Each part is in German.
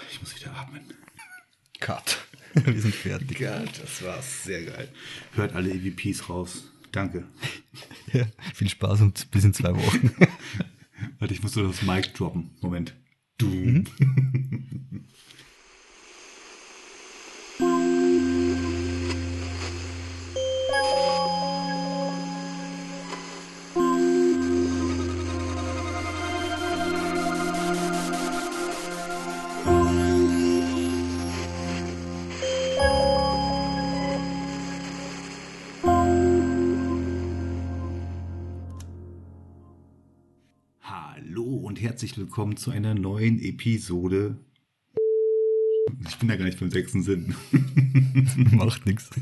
Ich muss wieder atmen. Cut. Wir sind fertig. Gott, das war's. Sehr geil. Hört alle EVPs raus. Danke. Ja, viel Spaß und bis in 2 Wochen. Warte, ich muss nur das Mic droppen. Moment. Du. Hallo und herzlich willkommen zu einer neuen Episode. Ich bin ja gar nicht beim 6. Sinn. Macht nichts.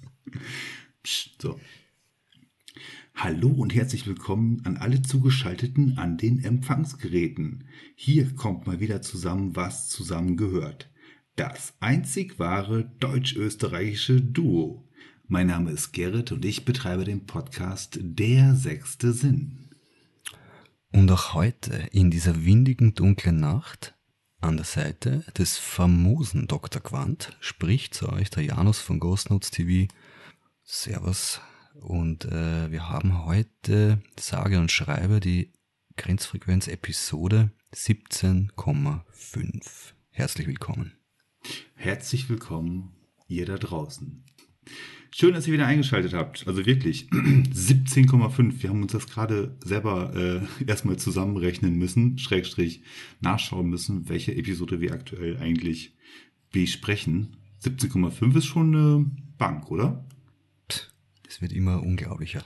So. Hallo und herzlich willkommen an alle Zugeschalteten an den Empfangsgeräten. Hier kommt mal wieder zusammen, was zusammengehört. Das einzig wahre deutsch-österreichische Duo. Mein Name ist Gerrit und ich betreibe den Podcast Der 6. Sinn. Und auch heute, in dieser windigen, dunklen Nacht, an der Seite des famosen Dr. Quandt, spricht zu euch der Janus von Ghostnotes TV. Servus. Und wir haben heute, sage und schreibe, die Grenzfrequenz-Episode 17,5. Herzlich willkommen. Herzlich willkommen, ihr da draußen. Schön, dass ihr wieder eingeschaltet habt. Also wirklich, 17,5. Wir haben uns das gerade selber erstmal zusammenrechnen müssen, Schrägstrich nachschauen müssen, welche Episode wir aktuell eigentlich besprechen. 17,5 ist schon eine Bank, oder? Es wird immer unglaublicher.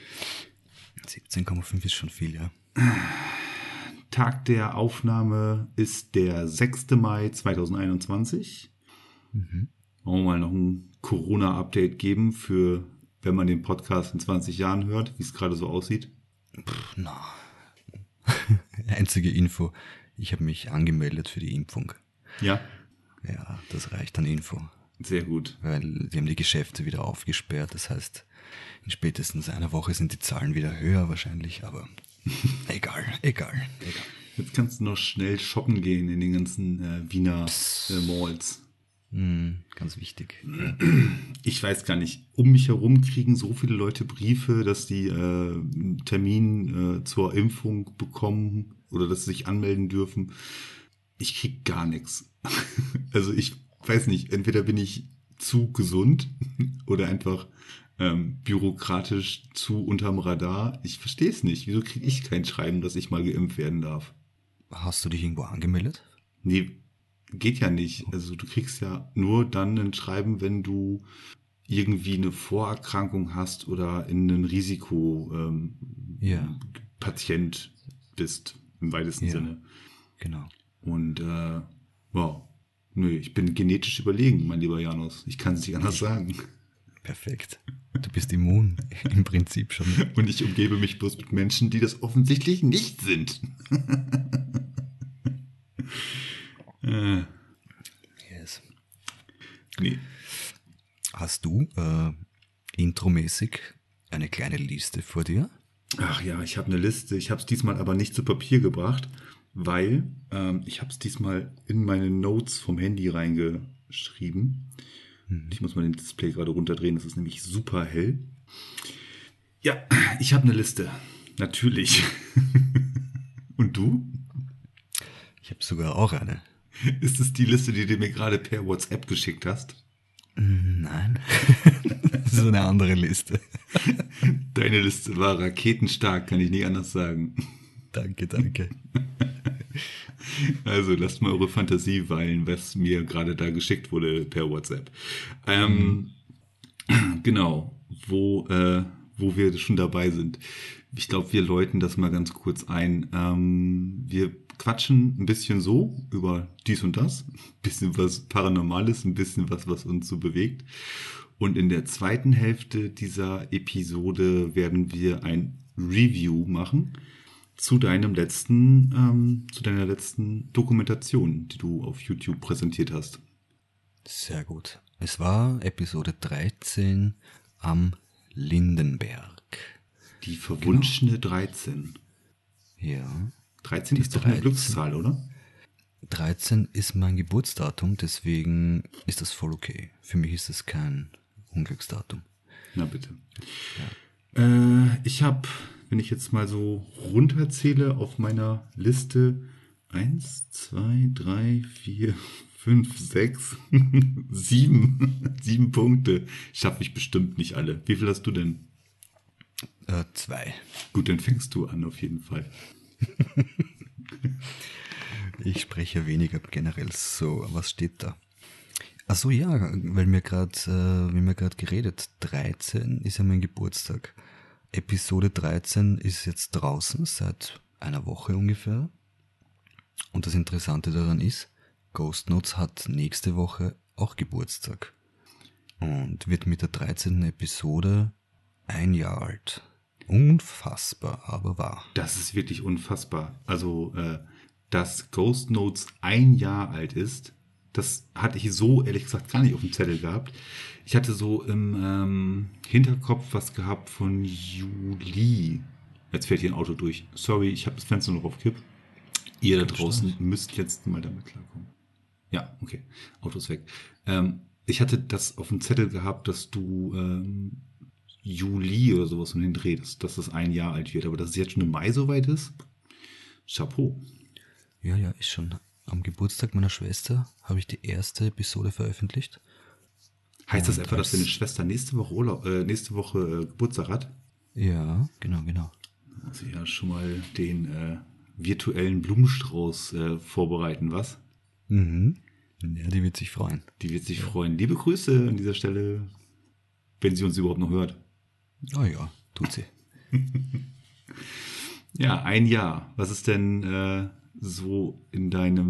17,5 ist schon viel, ja. Tag der Aufnahme ist der 6. Mai 2021. Wollen wir mal noch ein Corona-Update geben für, wenn man den Podcast in 20 Jahren hört, wie es gerade so aussieht? Na. Einzige Info, ich habe mich angemeldet für die Impfung. Ja, Ja, das reicht an Info. sehr gut. Weil die haben die Geschäfte wieder aufgesperrt. Das heißt, in spätestens einer Woche sind die Zahlen wieder höher wahrscheinlich, aber egal. Jetzt kannst du noch schnell shoppen gehen in den ganzen Wiener Malls. Ganz wichtig. Ja. Ich weiß gar nicht, um mich herum kriegen so viele Leute Briefe, dass die einen Termin zur Impfung bekommen oder dass sie sich anmelden dürfen. Ich krieg gar nichts. Also ich weiß nicht, entweder bin ich zu gesund oder einfach bürokratisch zu unterm Radar. Ich verstehe es nicht. Wieso kriege ich kein Schreiben, dass ich mal geimpft werden darf? Hast du dich irgendwo angemeldet? Nee, geht ja nicht. Also du kriegst ja nur dann ein Schreiben, wenn du irgendwie eine Vorerkrankung hast oder in einem Ja. Patient bist, im weitesten Ja. Sinne. Genau. Und wow, nö, ich bin genetisch überlegen, mein lieber Janus. Ich kann es nicht anders sagen. Perfekt. Du bist immun, im Prinzip schon. Und ich umgebe mich bloß mit Menschen, die das offensichtlich nicht sind. Yes. Nee. Hast du intromäßig eine kleine Liste vor dir? Ach ja, ich habe eine Liste. Ich habe es diesmal aber nicht zu Papier gebracht, weil ich habe es diesmal in meine Notes vom Handy reingeschrieben. Ich muss mal den Display gerade runterdrehen, das ist nämlich super hell. Ja, ich habe eine Liste. Natürlich. Und du? Ich habe sogar auch eine. Ist es die Liste, die du mir gerade per WhatsApp geschickt hast? Nein. Das ist eine andere Liste. Deine Liste war raketenstark, kann ich nicht anders sagen. Danke. Also lasst mal eure Fantasie weilen, was mir gerade da geschickt wurde per WhatsApp. Genau, wo wir schon dabei sind. Ich glaube, wir läuten das mal ganz kurz ein. Wir quatschen ein bisschen so über dies und das, ein bisschen was Paranormales, ein bisschen was uns so bewegt. Und in der zweiten Hälfte dieser Episode werden wir ein Review machen zu deiner letzten Dokumentation, die du auf YouTube präsentiert hast. Sehr gut. Es war Episode 13 am Lindenberg. Die verwunschene 13. Ja. 13 Die ist doch eine 13. Glückszahl, oder? 13 ist mein Geburtsdatum, deswegen ist das voll okay. Für mich ist das kein Unglücksdatum. Na bitte. Ich habe, wenn ich jetzt mal so runterzähle auf meiner Liste, 1, 2, 3, 4, 5, 6, 7, 7 Punkte. Schaffe ich bestimmt nicht alle. Wie viel hast du denn? 2. Gut, dann fängst du an auf jeden Fall. Ich spreche weniger generell so. Was steht da? Achso, ja, weil wir gerade geredet. 13 ist ja mein Geburtstag. Episode 13 ist jetzt draußen seit einer Woche ungefähr. Und das Interessante daran ist, Ghost Notes hat nächste Woche auch Geburtstag. Und wird mit der 13. Episode 1 Jahr alt. Unfassbar, aber wahr. Das ist wirklich unfassbar. Also, dass Ghost Notes 1 Jahr alt ist, das hatte ich so ehrlich gesagt gar nicht auf dem Zettel gehabt. Ich hatte so im Hinterkopf was gehabt von Juli. Jetzt fährt hier ein Auto durch. Sorry, ich habe das Fenster noch auf Kipp. Ihr da draußen müsst jetzt mal damit klarkommen. Ja, okay. Auto ist weg. Ich hatte das auf dem Zettel gehabt, dass du Juli oder sowas um den Dreh, dass das 1 Jahr alt wird. Aber dass es jetzt schon im Mai soweit ist, Chapeau. Ja, ist schon. Am Geburtstag meiner Schwester habe ich die erste Episode veröffentlicht. Heißt das etwa, dass deine Schwester nächste Woche Geburtstag hat? Ja, genau. Also ja, schon mal den virtuellen Blumenstrauß vorbereiten, was? Mhm. Ja, die wird sich freuen. Die wird sich freuen. Liebe Grüße an dieser Stelle, wenn sie uns überhaupt noch hört. Ah ja, tut sie. Ja, 1 Jahr. Was ist denn so in deiner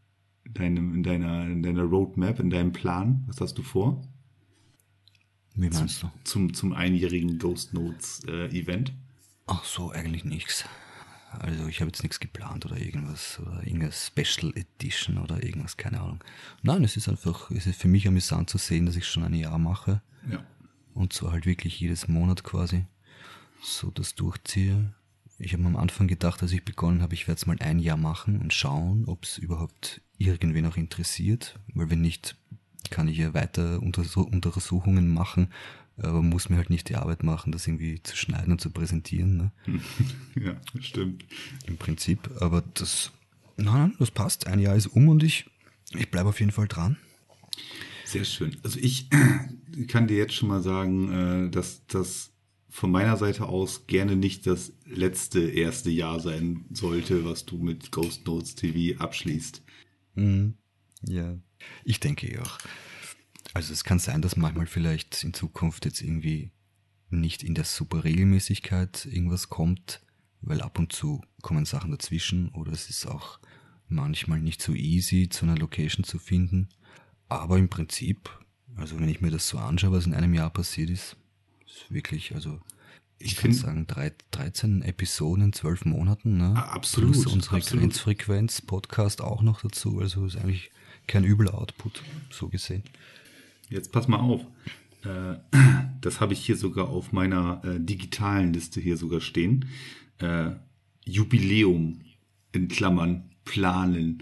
Roadmap, in deinem Plan? Was hast du vor? Wie meinst du? Zum einjährigen Ghost Notes Event? Ach so, eigentlich nichts. Also ich habe jetzt nichts geplant oder irgendeine Special Edition oder irgendwas, keine Ahnung. Nein, es ist für mich amüsant zu sehen, dass ich schon 1 Jahr mache. Ja. Und zwar halt wirklich jedes Monat quasi so das durchziehe. Ich habe am Anfang gedacht, als ich begonnen habe, ich werde es mal 1 Jahr machen und schauen, ob es überhaupt irgendwen auch interessiert. Weil wenn nicht, kann ich ja weiter Untersuchungen machen, aber muss mir halt nicht die Arbeit machen, das irgendwie zu schneiden und zu präsentieren. Ne? Ja, stimmt. Im Prinzip, aber das passt. 1 Jahr ist und ich bleibe auf jeden Fall dran. Sehr schön. Also ich kann dir jetzt schon mal sagen, dass das von meiner Seite aus gerne nicht das erste Jahr sein sollte, was du mit Ghost Notes TV abschließt. Ja, ich denke auch. Also es kann sein, dass manchmal vielleicht in Zukunft jetzt irgendwie nicht in der super Regelmäßigkeit irgendwas kommt, weil ab und zu kommen Sachen dazwischen oder es ist auch manchmal nicht so easy, zu einer Location zu finden. Aber im Prinzip, also wenn ich mir das so anschaue, was in einem Jahr passiert ist wirklich, also ich kann sagen, 13 Episoden in 12 Monaten, ne? Absolut. Plus unsere absolut. Grenzfrequenz-Podcast auch noch dazu, also ist eigentlich kein übler Output, so gesehen. Jetzt pass mal auf. Das habe ich hier sogar auf meiner digitalen Liste hier sogar stehen. Jubiläum in Klammern planen.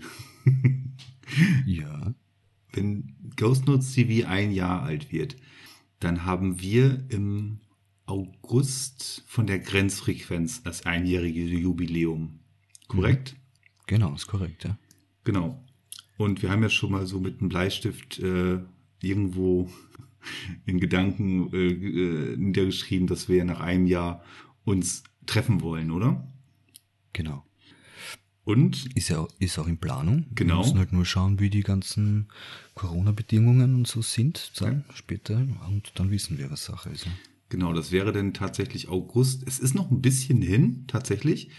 Ja. Wenn Ghost Notes TV 1 Jahr alt wird, dann haben wir im August von der Grenzfrequenz das 1-jährige Jubiläum. Korrekt? Genau, ist korrekt, ja. Genau. Und wir haben ja schon mal so mit einem Bleistift irgendwo in Gedanken niedergeschrieben, dass wir nach 1 Jahr uns treffen wollen, oder? Genau. Und? Ist auch in Planung. Genau. Wir müssen halt nur schauen, wie die ganzen Corona-Bedingungen und so sind dann später und dann wissen wir, was Sache ist. Genau, das wäre dann tatsächlich August. Es ist noch ein bisschen hin, tatsächlich.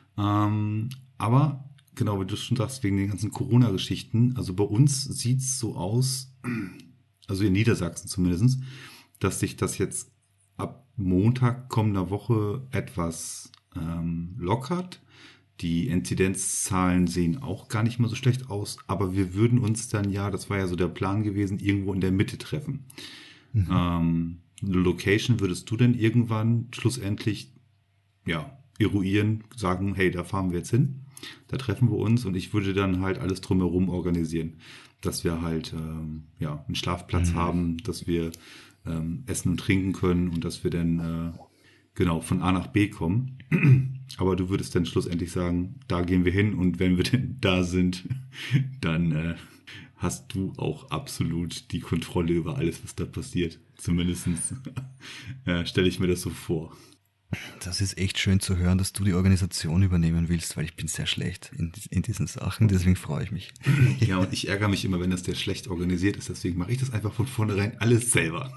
Aber genau, wie du schon sagst, wegen den ganzen Corona-Geschichten. Also bei uns sieht es so aus, also in Niedersachsen zumindest, dass sich das jetzt ab Montag kommender Woche etwas lockert. Die Inzidenzzahlen sehen auch gar nicht mehr so schlecht aus, aber wir würden uns dann ja, das war ja so der Plan gewesen, irgendwo in der Mitte treffen. Eine Location würdest du denn irgendwann schlussendlich eruieren, sagen, hey, da fahren wir jetzt hin? Da treffen wir uns und ich würde dann halt alles drumherum organisieren. Dass wir halt einen Schlafplatz haben, dass wir essen und trinken können und dass wir dann genau von A nach B kommen. Aber du würdest dann schlussendlich sagen, da gehen wir hin und wenn wir denn da sind, dann hast du auch absolut die Kontrolle über alles, was da passiert. Zumindest stelle ich mir das so vor. Das ist echt schön zu hören, dass du die Organisation übernehmen willst, weil ich bin sehr schlecht in diesen Sachen, deswegen freue ich mich. Ja, und ich ärgere mich immer, wenn das der schlecht organisiert ist, deswegen mache ich das einfach von vornherein alles selber.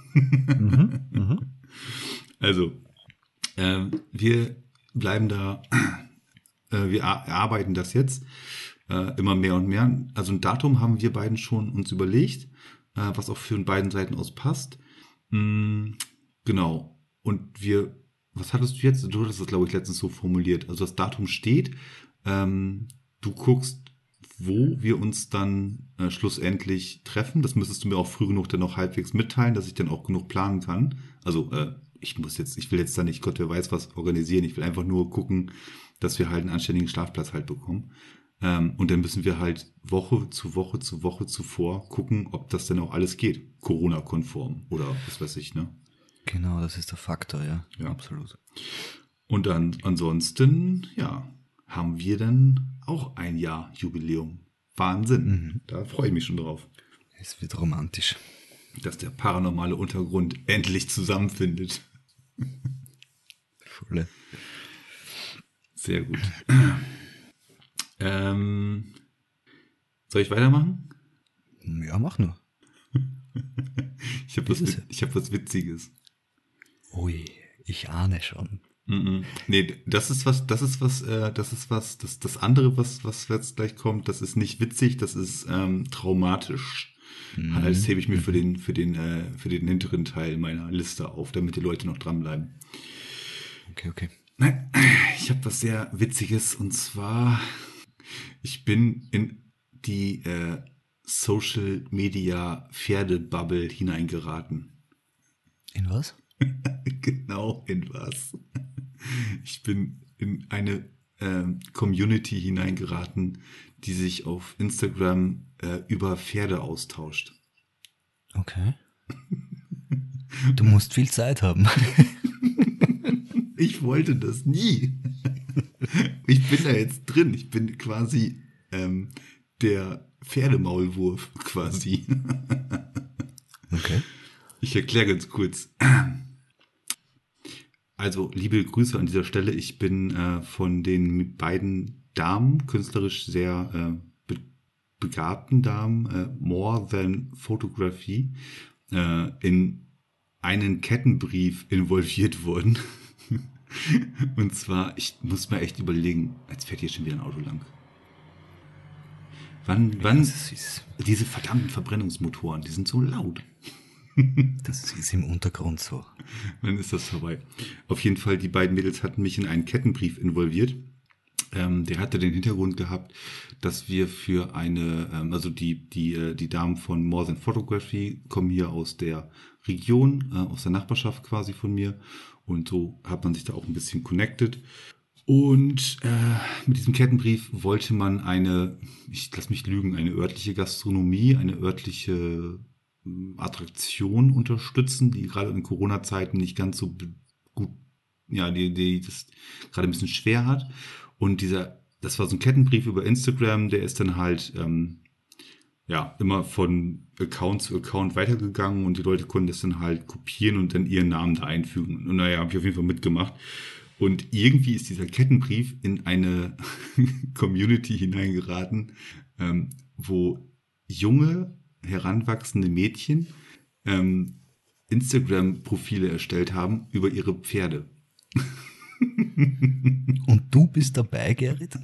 Also, wir bleiben da, wir erarbeiten das jetzt immer mehr und mehr. Also ein Datum haben wir beiden schon uns überlegt, was auch für beiden Seiten aus passt. Genau. Und was hattest du jetzt? Du hattest das, glaube ich, letztens so formuliert. Also das Datum steht. Du guckst, wo wir uns dann schlussendlich treffen. Das müsstest du mir auch früh genug dann noch halbwegs mitteilen, dass ich dann auch genug planen kann. Also ich will jetzt da nicht Gott wer weiß was organisieren. Ich will einfach nur gucken, dass wir halt einen anständigen Schlafplatz halt bekommen. Und dann müssen wir halt Woche zu Woche zu Woche zuvor gucken, ob das denn auch alles geht. Corona-konform oder was weiß ich, ne? Genau, das ist der Faktor, ja. Absolut. Und dann ansonsten, haben wir dann auch ein Jahr Jubiläum. Wahnsinn. Da freue ich mich schon drauf. Es wird romantisch. Dass der paranormale Untergrund endlich zusammenfindet. Volle. Sehr gut. Soll ich weitermachen? Ja, mach nur. Ich hab was Witziges. Ui, ich ahne schon. Nee, das andere, was jetzt gleich kommt, das ist nicht witzig, das ist traumatisch. Das hebe ich mir für den hinteren Teil meiner Liste auf, damit die Leute noch dranbleiben. Okay. Nein, ich habe was sehr Witziges und zwar, ich bin in die Social Media Pferdebubble hineingeraten. In was? Genau, in was? Ich bin in eine Community hineingeraten, die sich auf Instagram über Pferde austauscht. Okay. Du musst viel Zeit haben. Ich wollte das nie. Ich bin da jetzt drin. Ich bin quasi der Pferdemaulwurf quasi. Okay. Ich erkläre ganz kurz. Also, liebe Grüße an dieser Stelle. Ich bin von den beiden Damen, künstlerisch sehr begabten Damen, More Than Photography, in einen Kettenbrief involviert worden. Und zwar, ich muss mir echt überlegen, jetzt fährt hier schon wieder ein Auto lang. Wann diese verdammten Verbrennungsmotoren, die sind so laut. Das ist im Untergrund so. Dann ist das vorbei. Auf jeden Fall, die beiden Mädels hatten mich in einen Kettenbrief involviert. Der hatte den Hintergrund gehabt, dass wir für also die Damen von More Than Photography kommen hier aus der Region, aus der Nachbarschaft quasi von mir. Und so hat man sich da auch ein bisschen connected. Und mit diesem Kettenbrief wollte man lass mich lügen, eine örtliche Gastronomie, eine örtliche Attraktion unterstützen, die gerade in Corona-Zeiten nicht ganz so gut, die das gerade ein bisschen schwer hat. Und das war so ein Kettenbrief über Instagram, der ist dann halt immer von Account zu Account weitergegangen und die Leute konnten das dann halt kopieren und dann ihren Namen da einfügen. Und habe ich auf jeden Fall mitgemacht. Und irgendwie ist dieser Kettenbrief in eine Community hineingeraten, wo junge, heranwachsende Mädchen Instagram-Profile erstellt haben über ihre Pferde. Und du bist dabei, Gerrit?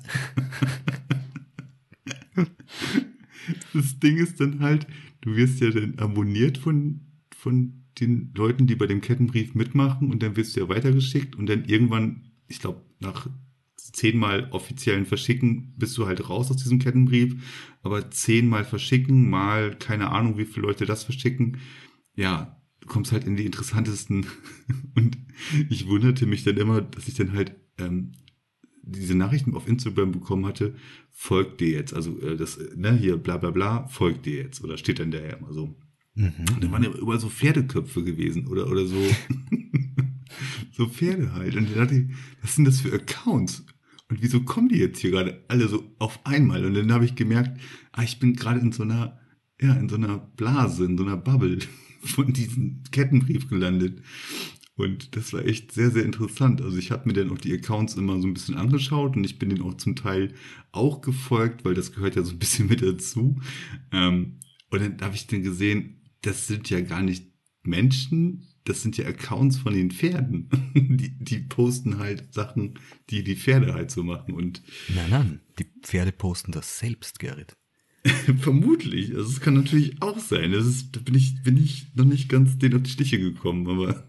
Das Ding ist dann halt, du wirst ja dann abonniert von den Leuten, die bei dem Kettenbrief mitmachen und dann wirst du ja weitergeschickt und dann irgendwann, ich glaube, nach 10-mal offiziellen Verschicken bist du halt raus aus diesem Kettenbrief, aber 10-mal verschicken, mal keine Ahnung, wie viele Leute das verschicken, ja, du kommst halt in die interessantesten und ich wunderte mich dann immer, dass ich dann halt diese Nachrichten auf Instagram bekommen hatte, folgt dir jetzt. Also hier bla bla bla, folgt dir jetzt. Oder steht dann daher immer so. Und dann waren ja überall so Pferdeköpfe gewesen oder so, so Pferde halt. Und dann dachte ich, was sind das für Accounts? Und wieso kommen die jetzt hier gerade alle so auf einmal? Und dann habe ich gemerkt, ich bin gerade in so einer Blase, in so einer Bubble von diesem Kettenbrief gelandet. Und das war echt sehr, sehr interessant. Also ich habe mir dann auch die Accounts immer so ein bisschen angeschaut und ich bin denen auch zum Teil auch gefolgt, weil das gehört ja so ein bisschen mit dazu. Und dann habe ich dann gesehen, das sind ja gar nicht Menschen, das sind ja Accounts von den Pferden. Die posten halt Sachen, die Pferde halt so machen. Und Nein, die Pferde posten das selbst, Gerrit. vermutlich. Also es kann natürlich auch sein. Da bin ich noch nicht ganz denen auf die Stiche gekommen, aber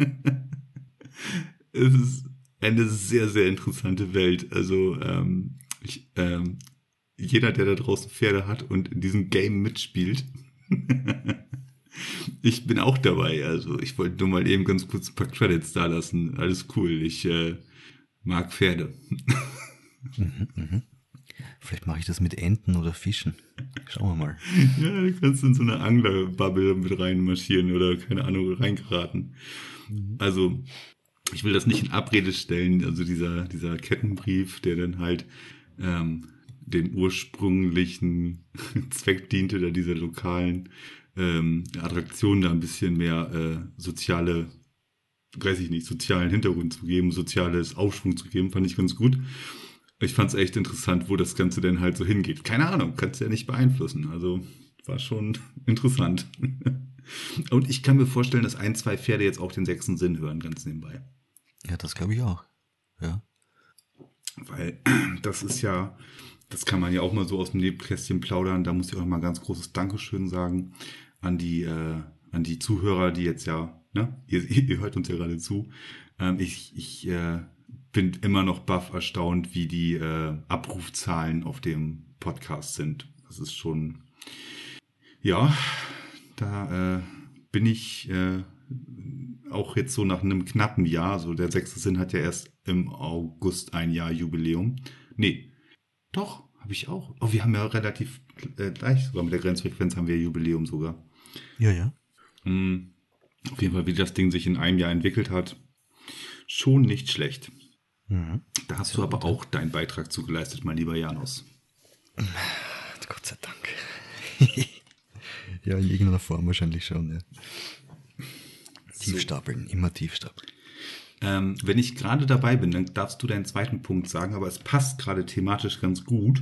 es ist eine sehr, sehr interessante Welt. Also jeder, der da draußen Pferde hat und in diesem Game mitspielt, ich bin auch dabei. Also ich wollte nur mal eben ganz kurz ein paar Credits da lassen. Alles cool. Ich mag Pferde. Vielleicht mache ich das mit Enten oder Fischen. Schauen wir mal. Ja, du kannst in so eine Anglerbubble mit reinmarschieren oder keine Ahnung, reingeraten. Also, ich will das nicht in Abrede stellen. Also dieser Kettenbrief, der dann halt den ursprünglichen Zweck diente, da dieser lokalen Attraktion da ein bisschen mehr sozialen Hintergrund zu geben, soziales Aufschwung zu geben, fand ich ganz gut. Ich fand es echt interessant, wo das Ganze denn halt so hingeht. Keine Ahnung, kannst du ja nicht beeinflussen. Also war schon interessant. Und ich kann mir vorstellen, dass 1, 2 Pferde jetzt auch den 6. Sinn hören, ganz nebenbei. Ja, das glaube ich auch. Ja. Weil das kann man ja auch mal so aus dem Nebkästchen plaudern. Da muss ich auch mal ein ganz großes Dankeschön sagen an die Zuhörer, die jetzt ja, ne, ihr hört uns ja gerade zu. Ich bin immer noch baff erstaunt, wie die Abrufzahlen auf dem Podcast sind. Das ist schon, ja, da bin ich auch jetzt so nach einem knappen Jahr, so der 6. Sinn hat ja erst im August ein Jahr Jubiläum. Nee, doch, habe ich auch. Oh, wir haben ja relativ gleich, sogar mit der Grenzfrequenz haben wir Jubiläum sogar. Ja. Auf jeden Fall, wie das Ding sich in einem Jahr entwickelt hat, schon nicht schlecht. Da hast du aber auch deinen Beitrag zu geleistet, mein lieber Janus. Gott sei Dank. Ja, in irgendeiner Form wahrscheinlich schon, ja. Tiefstapeln, immer tiefstapeln. Wenn ich gerade dabei bin, dann darfst du deinen zweiten Punkt sagen, aber es passt gerade thematisch ganz gut.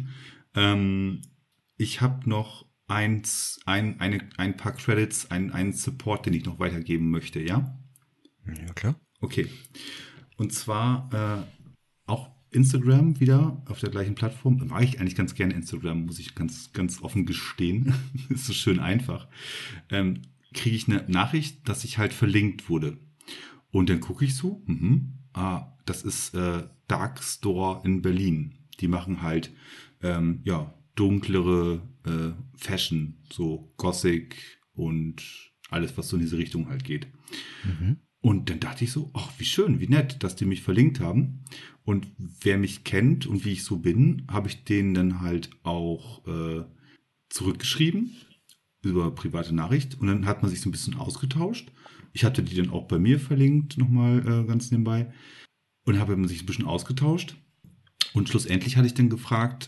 Ich habe noch ein paar Credits, einen Support, den ich noch weitergeben möchte, ja? Ja, klar. Okay. Und zwar auch Instagram wieder auf der gleichen Plattform. Mag ich eigentlich ganz gerne Instagram, muss ich ganz, ganz offen gestehen. Ist so schön einfach. Kriege ich eine Nachricht, dass ich halt verlinkt wurde. Und dann gucke ich so, das ist Dark Store in Berlin. Die machen halt dunklere Fashion, so Gothic und alles, was so in diese Richtung halt geht. Und dann dachte ich so, ach, wie schön, wie nett, dass die mich verlinkt haben. Und wer mich kennt und wie ich so bin, habe ich denen dann halt auch zurückgeschrieben über private Nachricht. Und dann hat man sich so ein bisschen ausgetauscht. Ich hatte die dann auch bei mir verlinkt, nochmal ganz nebenbei. Und habe man sich ein bisschen ausgetauscht. Und schlussendlich hatte ich dann gefragt,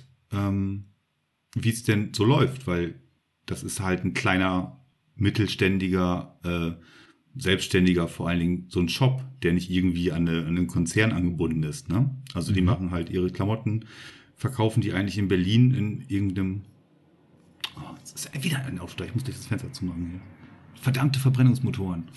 wie es denn so läuft, weil das ist halt ein kleiner, mittelständiger, Selbstständiger, vor allen Dingen so ein Shop, der nicht irgendwie an einen Konzern angebunden ist. Ne? Also die machen halt ihre Klamotten, verkaufen die eigentlich in Berlin in irgendeinem... Oh, es ist wieder ein Auto da, ich muss gleich das Fenster zumachen hier. Verdammte Verbrennungsmotoren.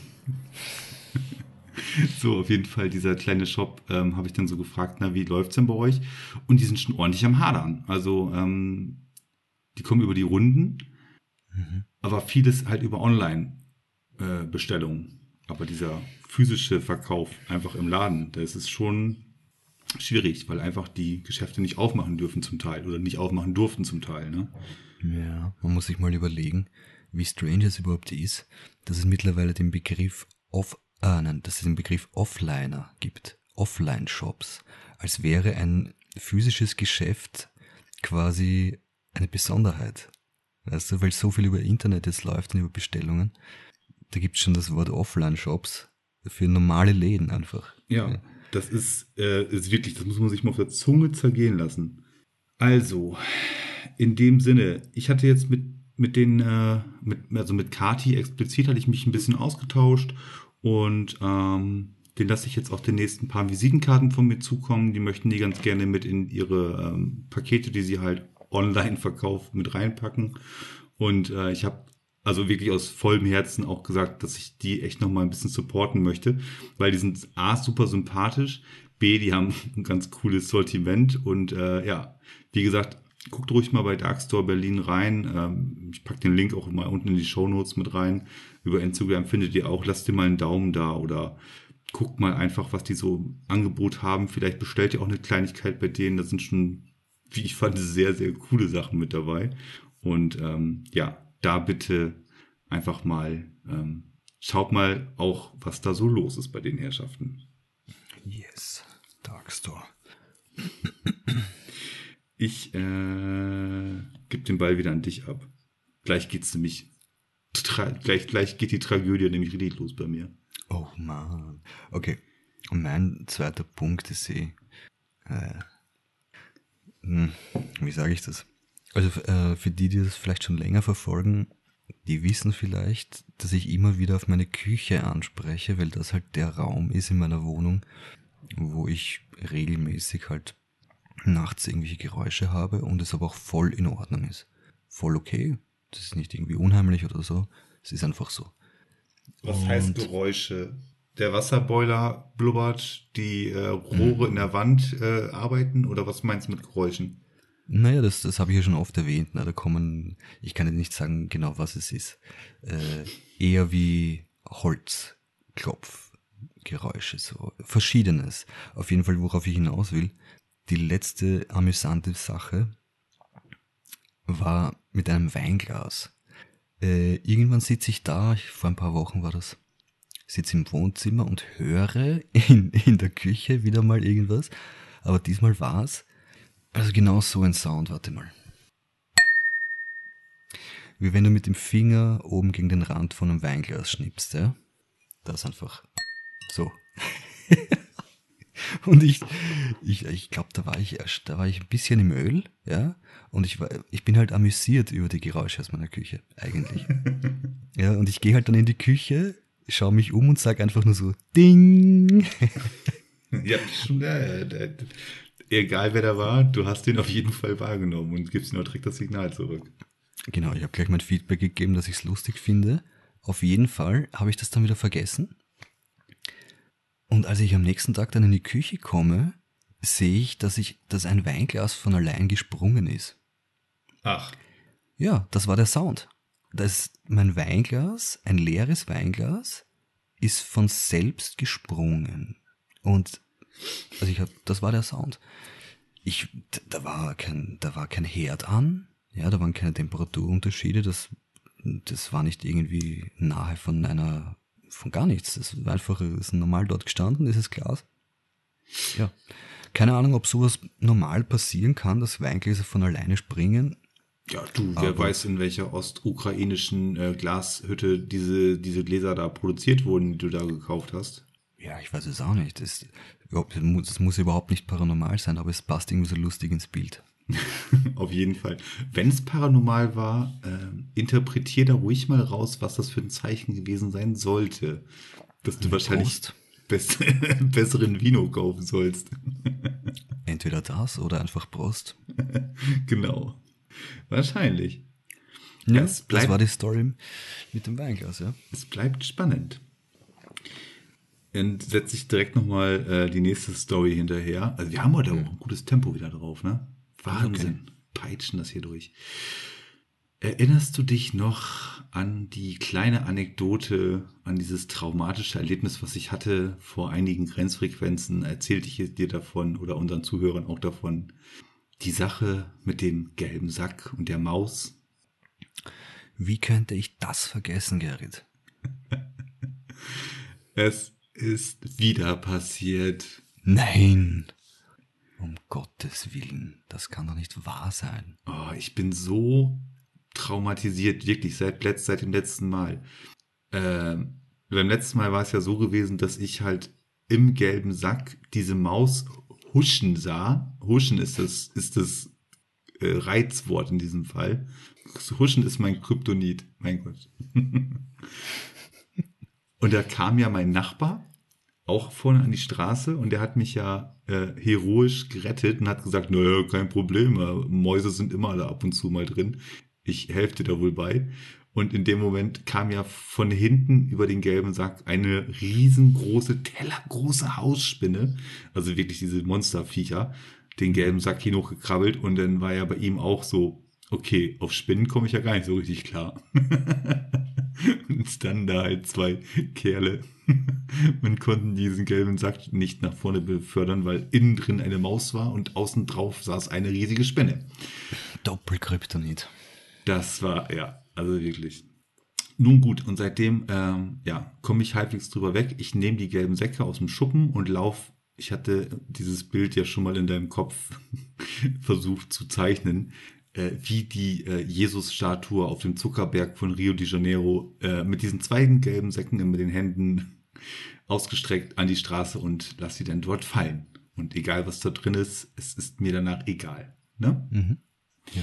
So, auf jeden Fall, dieser kleine Shop, habe ich dann so gefragt, na, wie läuft's denn bei euch? Und die sind schon ordentlich am Hadern. Also, die kommen über die Runden, aber vieles halt über Online-Bestellungen. Aber dieser physische Verkauf einfach im Laden, das ist schon schwierig, weil einfach die Geschäfte nicht aufmachen dürfen zum Teil oder nicht aufmachen durften zum Teil, ne? Ja, man muss sich mal überlegen, wie strange es überhaupt ist, dass es mittlerweile den Begriff Offliner gibt. Offline-Shops, als wäre ein physisches Geschäft quasi eine Besonderheit. Weißt du, weil so viel über Internet jetzt läuft und über Bestellungen, da gibt es schon das Wort Offline-Shops für normale Läden einfach. Ja, das ist wirklich, das muss man sich mal auf der Zunge zergehen lassen. Also, in dem Sinne, ich hatte jetzt mit Kati explizit hatte ich mich ein bisschen ausgetauscht und den lasse ich jetzt auch den nächsten paar Visitenkarten von mir zukommen. Die möchten die ganz gerne mit in ihre Pakete, die sie halt online verkauft, mit reinpacken. Und ich habe also wirklich aus vollem Herzen auch gesagt, dass ich die echt nochmal ein bisschen supporten möchte, weil die sind A, super sympathisch, B, die haben ein ganz cooles Sortiment und ja, wie gesagt, guckt ruhig mal bei Darkstore Berlin rein. Ich packe den Link auch mal unten in die Shownotes mit rein. Über Instagram findet ihr auch, lasst ihr mal einen Daumen da oder guckt mal einfach, was die so im Angebot haben. Vielleicht bestellt ihr auch eine Kleinigkeit bei denen. Da sind schon, wie ich fand, sehr, sehr coole Sachen mit dabei. Und ja, da bitte einfach mal schaut mal auch, was da so los ist bei den Herrschaften. Yes, Darkstore. Ich gebe den Ball wieder an dich ab. Gleich geht's nämlich, gleich geht die Tragödie nämlich richtig los bei mir. Oh man. Okay. Und mein zweiter Punkt ist wie sage ich das? Also für die das vielleicht schon länger verfolgen, die wissen vielleicht, dass ich immer wieder auf meine Küche anspreche, weil das halt der Raum ist in meiner Wohnung, wo ich regelmäßig halt nachts irgendwelche Geräusche habe und es aber auch voll in Ordnung ist. Voll okay. Das ist nicht irgendwie unheimlich oder so. Es ist einfach so. Was heißt Geräusche? Der Wasserboiler blubbert, die Rohre in der Wand arbeiten oder was meinst du mit Geräuschen? Naja, das habe ich ja schon oft erwähnt. Ne? Da kommen, ich kann jetzt nicht sagen genau, was es ist. Eher wie Holzklopfgeräusche, so Verschiedenes. Auf jeden Fall, worauf ich hinaus will. Die letzte amüsante Sache war mit einem Weinglas. Irgendwann sitze ich da, vor ein paar Wochen war das, sitze im Wohnzimmer und höre in der Küche wieder mal irgendwas. Aber diesmal war es, also genau so ein Sound, warte mal. Wie wenn du mit dem Finger oben gegen den Rand von einem Weinglas schnippst, ja? Das einfach so. Und ich glaube, da war ich ein bisschen im Öl, ja? Und ich bin halt amüsiert über die Geräusche aus meiner Küche, eigentlich. Ja, und ich gehe halt dann in die Küche, schaue mich um und sage einfach nur so, Ding! Ja, schon, egal wer da war, du hast den auf jeden Fall wahrgenommen und gibst ihm auch direkt das Signal zurück. Genau, ich habe gleich mein Feedback gegeben, dass ich es lustig finde. Auf jeden Fall habe ich das dann wieder vergessen. Und als ich am nächsten Tag dann in die Küche komme, sehe ich, dass ein Weinglas von allein gesprungen ist. Ach. Ja, das war der Sound. Mein Weinglas, ein leeres Weinglas, ist von selbst gesprungen. Und also das war der Sound. Da war kein Herd an, ja, da waren keine Temperaturunterschiede, das war nicht irgendwie nahe von gar nichts. Das war einfach, ist normal dort gestanden, dieses Glas. Ja. Keine Ahnung, ob sowas normal passieren kann, dass Weingläser von alleine springen. Ja, wer weiß, in welcher ostukrainischen Glashütte diese Gläser da produziert wurden, die du da gekauft hast. Ja, ich weiß es auch nicht. Das muss überhaupt nicht paranormal sein, aber es passt irgendwie so lustig ins Bild. Auf jeden Fall. Wenn es paranormal war, interpretier da ruhig mal raus, was das für ein Zeichen gewesen sein sollte. Dass du wahrscheinlich besseren Vino kaufen sollst. Entweder das oder einfach Prost. Genau. Wahrscheinlich. Ja, das war die Story mit dem Weinglas, ja. Es bleibt spannend. Dann setze ich direkt nochmal die nächste Story hinterher. Also wir haben heute auch ein gutes Tempo wieder drauf, ne? Wahnsinn. Okay. Peitschen das hier durch. Erinnerst du dich noch an die kleine Anekdote, an dieses traumatische Erlebnis, was ich hatte vor einigen Grenzfrequenzen? Erzählte ich dir davon oder unseren Zuhörern auch davon? Die Sache mit dem gelben Sack und der Maus? Wie könnte ich das vergessen, Gerrit? Es ist wieder passiert. Nein! Um Gottes Willen, das kann doch nicht wahr sein. Oh, ich bin so traumatisiert, wirklich, seit dem letzten Mal. Beim letzten Mal war es ja so gewesen, dass ich halt im gelben Sack diese Maus huschen sah. Huschen ist das Reizwort in diesem Fall. Huschen ist mein Kryptonit, mein Gott. Und da kam ja mein Nachbar, auch vorne an die Straße, und der hat mich ja heroisch gerettet und hat gesagt, naja, kein Problem, Mäuse sind immer da ab und zu mal drin. Ich helfe dir da wohl bei. Und in dem Moment kam ja von hinten über den gelben Sack eine riesengroße, tellergroße Hausspinne, also wirklich diese Monsterviecher, den gelben Sack hier hochgekrabbelt, und dann war ja bei ihm auch so, okay, auf Spinnen komme ich ja gar nicht so richtig klar. Und dann da halt zwei Kerle und konnten diesen gelben Sack nicht nach vorne befördern, weil innen drin eine Maus war und außen drauf saß eine riesige Spinne. Doppelkryptonit. Das war, ja, also wirklich. Nun gut, und seitdem, komme ich halbwegs drüber weg. Ich nehme die gelben Säcke aus dem Schuppen und laufe. Ich hatte dieses Bild ja schon mal in deinem Kopf versucht zu zeichnen, wie die Jesus-Statue auf dem Zuckerberg von Rio de Janeiro mit diesen zwei gelben Säcken in den Händen ausgestreckt an die Straße und lass sie dann dort fallen. Und egal, was da drin ist, es ist mir danach egal. Ne? Mhm. Ja.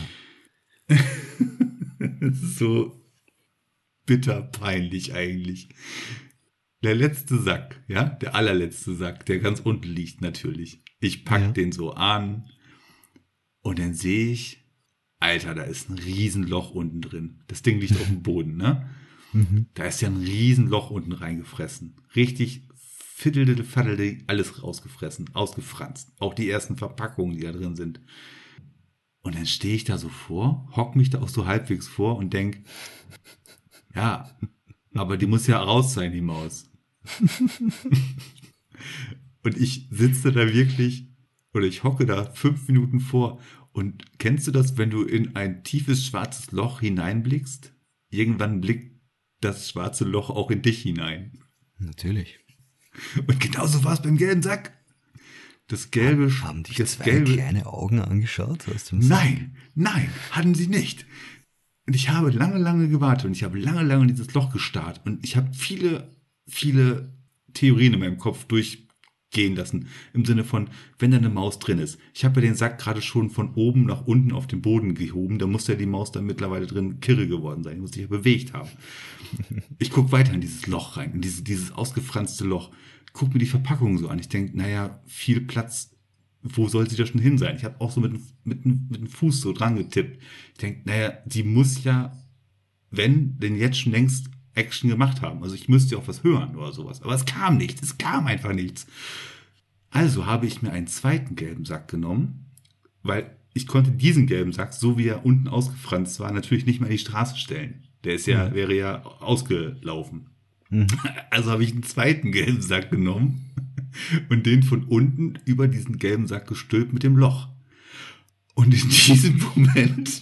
Es ist so bitter peinlich eigentlich. Der letzte Sack, ja, der allerletzte Sack, der ganz unten liegt natürlich. Ich pack den so an und dann sehe ich, Alter, da ist ein Riesenloch unten drin. Das Ding liegt auf dem Boden, ne? Mhm. Da ist ja ein Riesenloch unten reingefressen. Richtig faddelte, alles rausgefressen, ausgefranst. Auch die ersten Verpackungen, die da drin sind. Und dann stehe ich da so vor, hock mich da auch so halbwegs vor und denk, ja, aber die muss ja raus sein, die Maus. Und ich sitze da wirklich, oder ich hocke da 5 Minuten vor. Und kennst du das, wenn du in ein tiefes schwarzes Loch hineinblickst? Irgendwann blickt das schwarze Loch auch in dich hinein. Natürlich. Und genauso war es beim gelben Sack. Das gelbe... Haben dich das zwei gelbe, kleine Augen angeschaut? Aus dem Sack? Nein, hatten sie nicht. Und ich habe lange gewartet und ich habe lange in dieses Loch gestarrt. Und ich habe viele Theorien in meinem Kopf durchgehen lassen. Im Sinne von, wenn da eine Maus drin ist. Ich habe ja den Sack gerade schon von oben nach unten auf den Boden gehoben. Da muss ja die Maus dann mittlerweile drin kirre geworden sein. Die muss sich ja bewegt haben. Ich gucke weiter in dieses Loch rein, in dieses ausgefranste Loch. Guck mir die Verpackung so an. Ich denke, naja, viel Platz, wo soll sie da schon hin sein? Ich habe auch so mit dem Fuß so dran getippt. Ich denke, naja, sie muss ja, wenn, denn jetzt schon längst Action gemacht haben. Also ich müsste ja auch was hören oder sowas. Aber es kam nichts. Es kam einfach nichts. Also habe ich mir einen zweiten gelben Sack genommen, weil ich konnte diesen gelben Sack, so wie er unten ausgefranst war, natürlich nicht mehr in die Straße stellen. Der ist ja, wäre ja ausgelaufen. Also habe ich einen zweiten gelben Sack genommen und den von unten über diesen gelben Sack gestülpt mit dem Loch. Und in diesem Moment,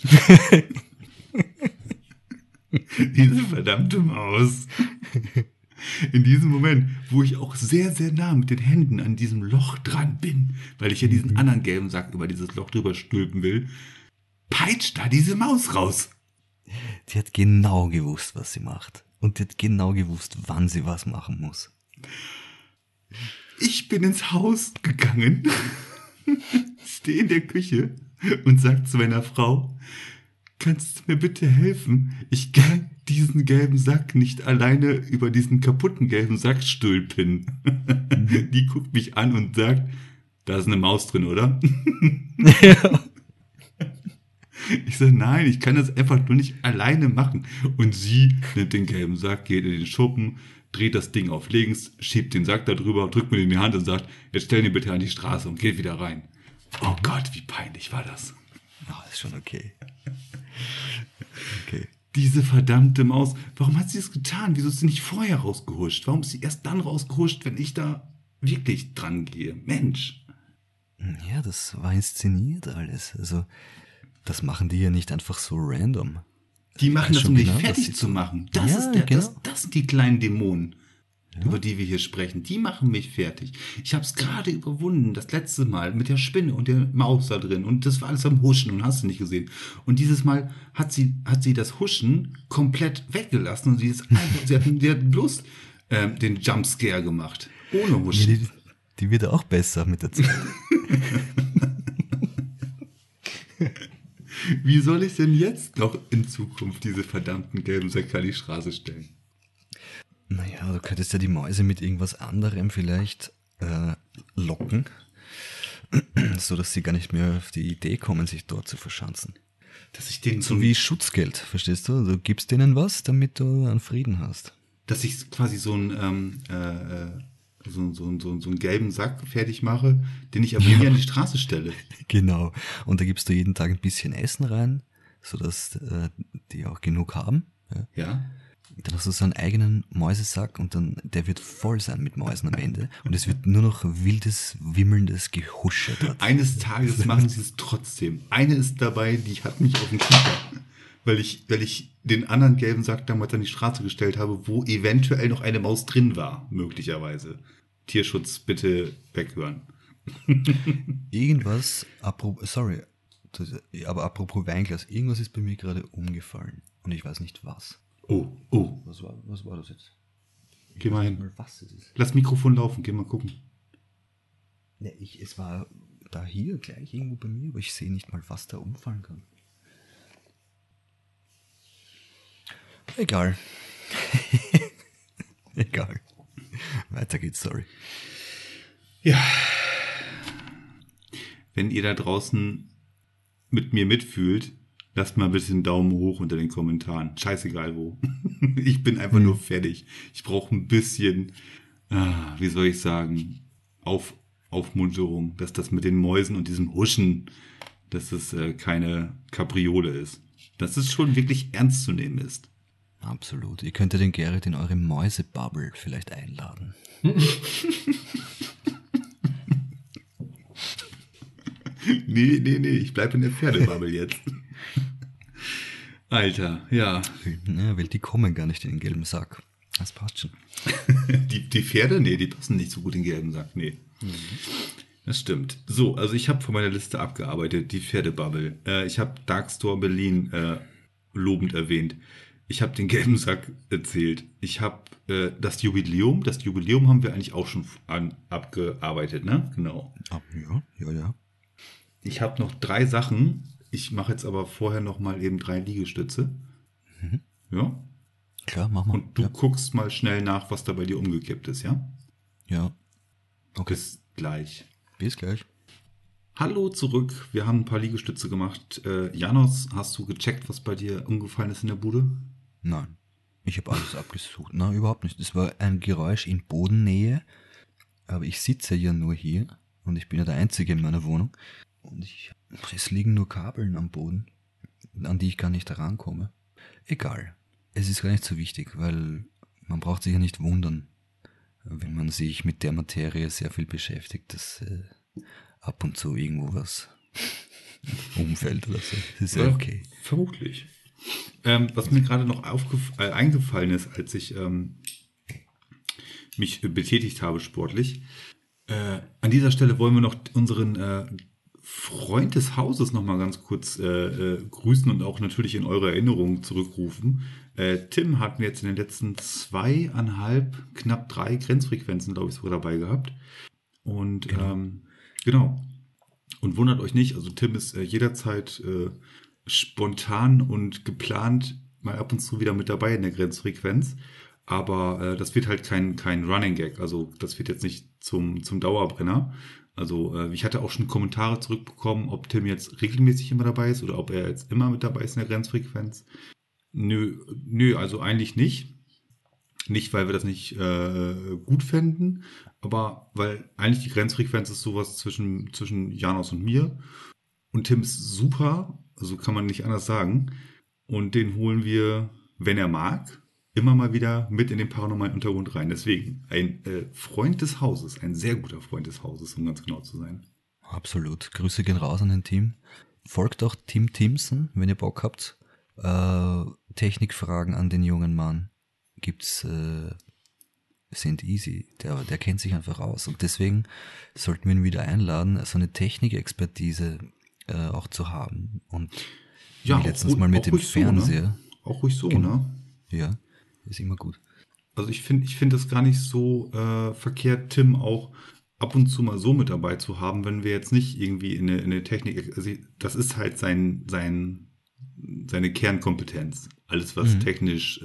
diese verdammte Maus, in diesem Moment, wo ich auch sehr nah mit den Händen an diesem Loch dran bin, weil ich ja diesen anderen gelben Sack über dieses Loch drüber stülpen will, peitscht da diese Maus raus. Die hat genau gewusst, was sie macht. Und die hat genau gewusst, wann sie was machen muss. Ich bin ins Haus gegangen, stehe in der Küche und sage zu meiner Frau, kannst du mir bitte helfen? Ich kann diesen gelben Sack nicht alleine über diesen kaputten gelben Sack stülpen. Die guckt mich an und sagt, da ist eine Maus drin, oder? Ja. Ich sage, nein, ich kann das einfach nur nicht alleine machen. Und sie nimmt den gelben Sack, geht in den Schuppen, dreht das Ding auf links, schiebt den Sack da drüber, drückt mir den in die Hand und sagt, jetzt stell ihn bitte an die Straße und geht wieder rein. Oh Gott, wie peinlich war das. Oh, ist schon okay. Okay. Diese verdammte Maus, warum hat sie das getan? Wieso ist sie nicht vorher rausgehuscht? Warum ist sie erst dann rausgehuscht, wenn ich da wirklich dran gehe? Mensch. Ja, das war inszeniert alles. Also, das machen die ja nicht einfach so random. Die machen das, schon um dich genau, fertig dass zu sie- machen. Ja, genau. Das sind die kleinen Dämonen. über die wir hier sprechen, die machen mich fertig. Ich habe es gerade überwunden, das letzte Mal mit der Spinne und der Maus da drin und das war alles am Huschen und hast du nicht gesehen. Und dieses Mal hat sie das Huschen komplett weggelassen und sie hat bloß den Jumpscare gemacht, ohne Ja, Huschen. die wird auch besser mit der Zeit. Wie soll ich denn jetzt noch in Zukunft diese verdammten gelben Säcke an die Straße stellen? Naja, du könntest ja die Mäuse mit irgendwas anderem vielleicht locken, sodass sie gar nicht mehr auf die Idee kommen, sich dort zu verschanzen. Dass ich denen So wie Schutzgeld, verstehst du? Du gibst denen was, damit du einen Frieden hast. dass ich quasi so einen gelben Sack fertig mache, den ich aber nie an die Straße stelle. Genau. Und da gibst du jeden Tag ein bisschen Essen rein, sodass die auch genug haben. Ja. Ja? Dann hast du so einen eigenen Mäusesack und dann der wird voll sein mit Mäusen am Ende. Und es wird nur noch wildes, wimmelndes Gehusche dort. Eines Tages machen sie es trotzdem. Eine ist dabei, die hat mich auf den Kiefer, weil ich den anderen gelben Sack damals an die Straße gestellt habe, wo eventuell noch eine Maus drin war, möglicherweise. Tierschutz bitte weghören. Irgendwas, sorry, aber apropos Weinglas, irgendwas ist bei mir gerade umgefallen. Und ich weiß nicht was. Oh. Was war das jetzt? Geh mal hin. Mal, was es ist. Lass Mikrofon laufen, geh mal gucken. Ne, es war da hier gleich irgendwo bei mir, aber ich sehe nicht mal, was da umfallen kann. Egal. Egal. Weiter geht's, sorry. Ja. Wenn ihr da draußen mit mir mitfühlt, lasst mal ein bisschen Daumen hoch unter den Kommentaren. Scheißegal wo. Ich bin einfach nur fertig. Ich brauche ein bisschen, wie soll ich sagen, Aufmunterung, dass das mit den Mäusen und diesem Huschen, dass es keine Kapriole ist. Dass es schon wirklich ernst zu nehmen ist. Absolut. Ihr könntet den Gerrit in eure Mäusebubble vielleicht einladen. Nee, ich bleibe in der Pferdebubble jetzt. Alter, ja. Ja, weil die kommen gar nicht in den gelben Sack. Das passt schon. Die Pferde? Nee, die passen nicht so gut in den gelben Sack. Nee. Das stimmt. So, also ich habe von meiner Liste abgearbeitet, die Pferdebubble. Ich habe Darkstore Berlin lobend erwähnt. Ich habe den gelben Sack erzählt. Ich habe das Jubiläum. Das Jubiläum haben wir eigentlich auch schon abgearbeitet, ne? Genau. Ja. Ich habe noch 3 Sachen. Ich mache jetzt aber vorher noch mal eben 3 Liegestütze. Ja? Klar, mach mal. Und du guckst mal schnell nach, was da bei dir umgekippt ist, ja? Ja. Okay. Bis gleich. Bis gleich. Hallo zurück. Wir haben ein paar Liegestütze gemacht. Janos, hast du gecheckt, was bei dir umgefallen ist in der Bude? Nein. Ich habe alles abgesucht. Nein, überhaupt nicht. Es war ein Geräusch in Bodennähe. Aber ich sitze ja nur hier. Und ich bin ja der Einzige in meiner Wohnung. Und es liegen nur Kabeln am Boden, an die ich gar nicht herankomme. Egal. Es ist gar nicht so wichtig, weil man braucht sich ja nicht wundern, wenn man sich mit der Materie sehr viel beschäftigt, dass ab und zu irgendwo was umfällt oder so. Das ist ja okay. Vermutlich. Was mir gerade noch eingefallen ist, als ich mich betätigt habe sportlich, an dieser Stelle wollen wir noch unseren Freund des Hauses noch mal ganz kurz grüßen und auch natürlich in eure Erinnerungen zurückrufen. Tim hat mir jetzt in den letzten 2,5, knapp 3 Grenzfrequenzen, glaube ich, sogar dabei gehabt. Und genau. Und wundert euch nicht, also Tim ist jederzeit spontan und geplant mal ab und zu wieder mit dabei in der Grenzfrequenz. Aber das wird halt kein Running Gag. Also das wird jetzt nicht zum Dauerbrenner. Also ich hatte auch schon Kommentare zurückbekommen, ob Tim jetzt regelmäßig immer dabei ist oder ob er jetzt immer mit dabei ist in der Grenzfrequenz. Nö, also eigentlich nicht. Nicht, weil wir das nicht gut fänden, aber weil eigentlich die Grenzfrequenz ist sowas zwischen Janos und mir. Und Tim ist super, also kann man nicht anders sagen. Und den holen wir, wenn er mag, immer mal wieder mit in den paranormalen Untergrund rein. Deswegen ein Freund des Hauses, ein sehr guter Freund des Hauses, um ganz genau zu sein. Absolut. Grüße gehen raus an den Team. Folgt auch Tim Timson, wenn ihr Bock habt. Technikfragen an den jungen Mann gibt's sind easy. Der kennt sich einfach aus. Und deswegen sollten wir ihn wieder einladen, so eine Technikexpertise auch zu haben. Und Ja, wie letztens mal mit auch dem ruhig so, ne? Fernseher. Auch ruhig so, Genau. ne? Ja, ist immer gut. Also ich finde das gar nicht so verkehrt, Tim auch ab und zu mal so mit dabei zu haben, wenn wir jetzt nicht irgendwie in eine Technik, also das ist halt seine Kernkompetenz. Alles, was Mhm. technisch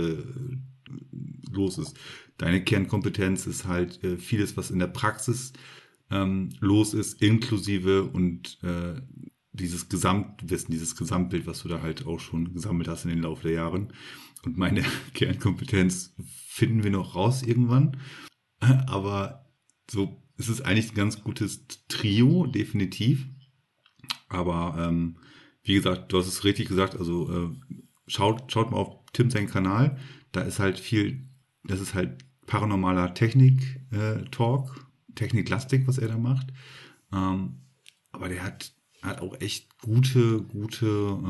los ist. Deine Kernkompetenz ist halt vieles, was in der Praxis los ist, inklusive und dieses Gesamtwissen, dieses Gesamtbild, was du da halt auch schon gesammelt hast in den Laufe der Jahren. Und meine Kernkompetenz finden wir noch raus irgendwann. Aber so es ist eigentlich ein ganz gutes Trio, definitiv. Aber wie gesagt, du hast es richtig gesagt, also schaut mal auf Tim seinen Kanal. Da ist halt viel, das ist halt paranormaler Technik-Talk, Techniklastik, was er da macht. Ähm, aber der hat auch echt gute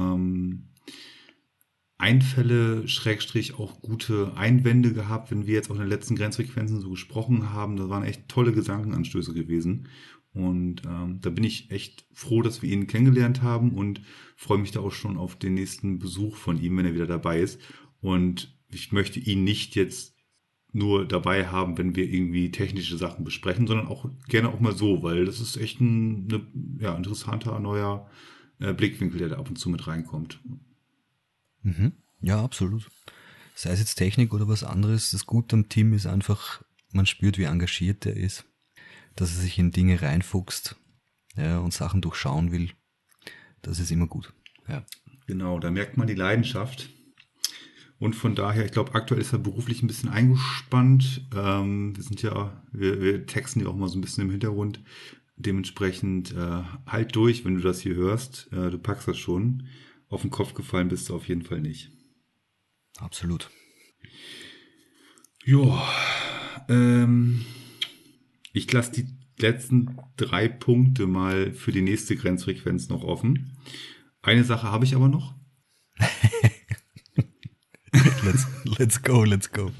Einfälle, Schrägstrich auch gute Einwände gehabt, wenn wir jetzt auch in den letzten Grenzfrequenzen so gesprochen haben. Das waren echt tolle Gedankenanstöße gewesen. Und da bin ich echt froh, dass wir ihn kennengelernt haben und freue mich da auch schon auf den nächsten Besuch von ihm, wenn er wieder dabei ist. Und ich möchte ihn nicht jetzt nur dabei haben, wenn wir irgendwie technische Sachen besprechen, sondern auch gerne auch mal so, weil das ist echt ja, interessanter neuer Blickwinkel, der da ab und zu mit reinkommt. Mhm. Ja, absolut. Sei es jetzt Technik oder was anderes, das Gute am Team ist einfach, man spürt, wie engagiert er ist, dass er sich in Dinge reinfuchst, ja, und Sachen durchschauen will. Das ist immer gut. Ja. Genau, da merkt man die Leidenschaft. Und von daher, ich glaube, aktuell ist er beruflich ein bisschen eingespannt. Wir texten ja auch mal so ein bisschen im Hintergrund. Dementsprechend halt durch, wenn du das hier hörst. Du packst das schon. Auf den Kopf gefallen bist du auf jeden Fall nicht. Absolut. Ja, ähm, ich lasse die letzten 3 Punkte mal für die nächste Grenzfrequenz noch offen. Eine Sache habe ich aber noch. Let's go, let's go.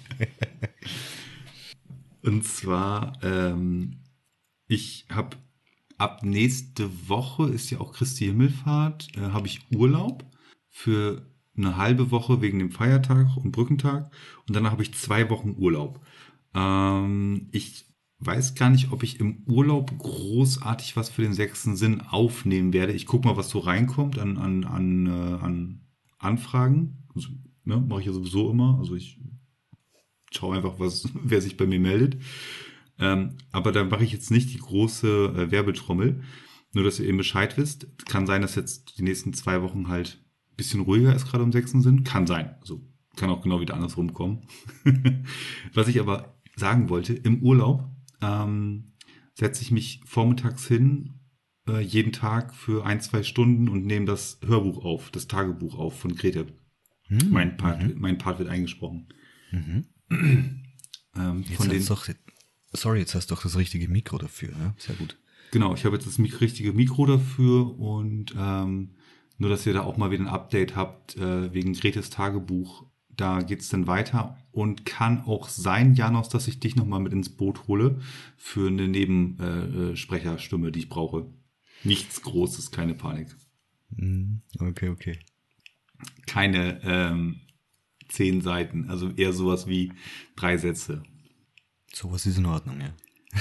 Und zwar, ich habe ab nächste Woche ist ja auch Christi Himmelfahrt, habe ich Urlaub für eine halbe Woche wegen dem Feiertag und Brückentag und danach habe ich 2 Wochen Urlaub. Ich weiß gar nicht, ob ich im Urlaub großartig was für den sechsten Sinn aufnehmen werde. Ich gucke mal, was so reinkommt an Anfragen. Also, ne, mache ich ja sowieso immer. Also ich schaue einfach, wer sich bei mir meldet. Aber da mache ich jetzt nicht die große Werbetrommel. Nur, dass ihr eben Bescheid wisst. Kann sein, dass jetzt die nächsten 2 Wochen halt ein bisschen ruhiger ist, gerade am 6. sind. Kann sein. Also kann auch genau wieder andersrum kommen. Was ich aber sagen wollte, im Urlaub setze ich mich vormittags hin, jeden Tag für 1, 2 Stunden und nehme das Hörbuch auf, das Tagebuch auf von Grete. Mhm. Mhm. Mein Part wird eingesprochen. Mhm. Jetzt Von hast den doch, sorry, jetzt hast du doch das richtige Mikro dafür, ne? Sehr gut. Genau, ich habe jetzt das richtige Mikro dafür und nur, dass ihr da auch mal wieder ein Update habt wegen Gretes Tagebuch. Da geht's dann weiter und kann auch sein, Janos, dass ich dich nochmal mit ins Boot hole für eine Nebensprecherstimme, die ich brauche. Nichts Großes, keine Panik. Mhm. Okay, okay. Keine 10 Seiten, also eher sowas wie 3 Sätze. Sowas ist in Ordnung, ja.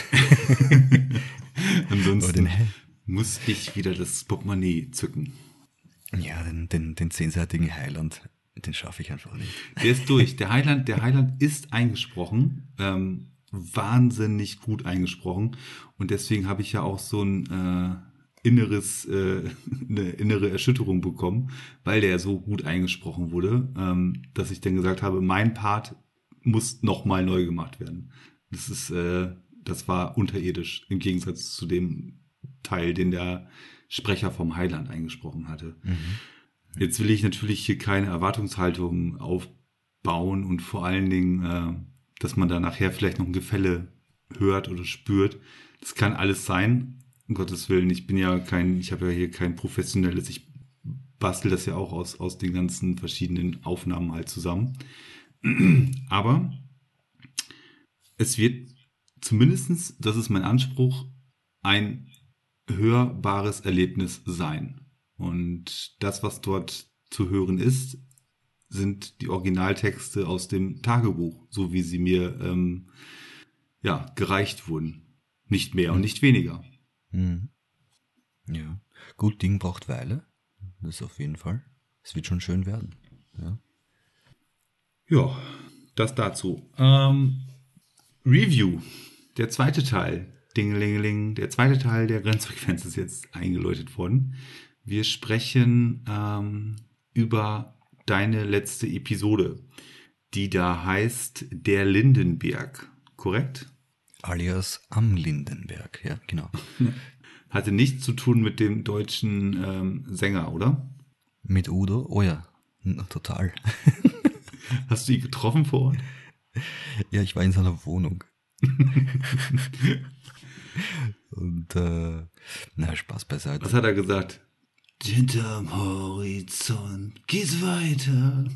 Aber Ansonsten muss ich wieder das Portemonnaie zücken. ja, den zehnseitigen Heiland, den schaffe ich einfach nicht. Der ist durch. Der Heiland ist eingesprochen. Wahnsinnig gut eingesprochen. Und deswegen habe ich ja auch so ein eine innere Erschütterung bekommen, weil der so gut eingesprochen wurde, dass ich dann gesagt habe, mein Part muss nochmal neu gemacht werden. Das war unterirdisch im Gegensatz zu dem Teil, den der Sprecher vom Heiland eingesprochen hatte. Mhm. Jetzt will ich natürlich hier keine Erwartungshaltung aufbauen und vor allen Dingen, dass man da nachher vielleicht noch ein Gefälle hört oder spürt. Das kann alles sein, um Gottes Willen. Ich habe ja hier kein professionelles, ich bastel das ja auch aus den ganzen verschiedenen Aufnahmen halt zusammen. Aber es wird zumindestens, das ist mein Anspruch, ein hörbares Erlebnis sein. Und das, was dort zu hören ist, sind die Originaltexte aus dem Tagebuch, so wie sie mir gereicht wurden. Nicht mehr und nicht weniger. Mhm. Ja. Gut, Ding braucht Weile. Das auf jeden Fall. Es wird schon schön werden. Ja. Ja, das dazu. Review. Der zweite Teil. Dingelingeling. Der zweite Teil der Grenzfrequenz ist jetzt eingeläutet worden. Wir sprechen über deine letzte Episode, die da heißt Der Lindenberg. Korrekt? Alias am Lindenberg, ja, genau. Hatte nichts zu tun mit dem deutschen Sänger, oder? Mit Udo? Oh ja, total. Hast du ihn getroffen vor Ort? Ja, ich war in seiner Wohnung. Und, Spaß beiseite. Was hat er gesagt? Hinterm Horizont geht's weiter.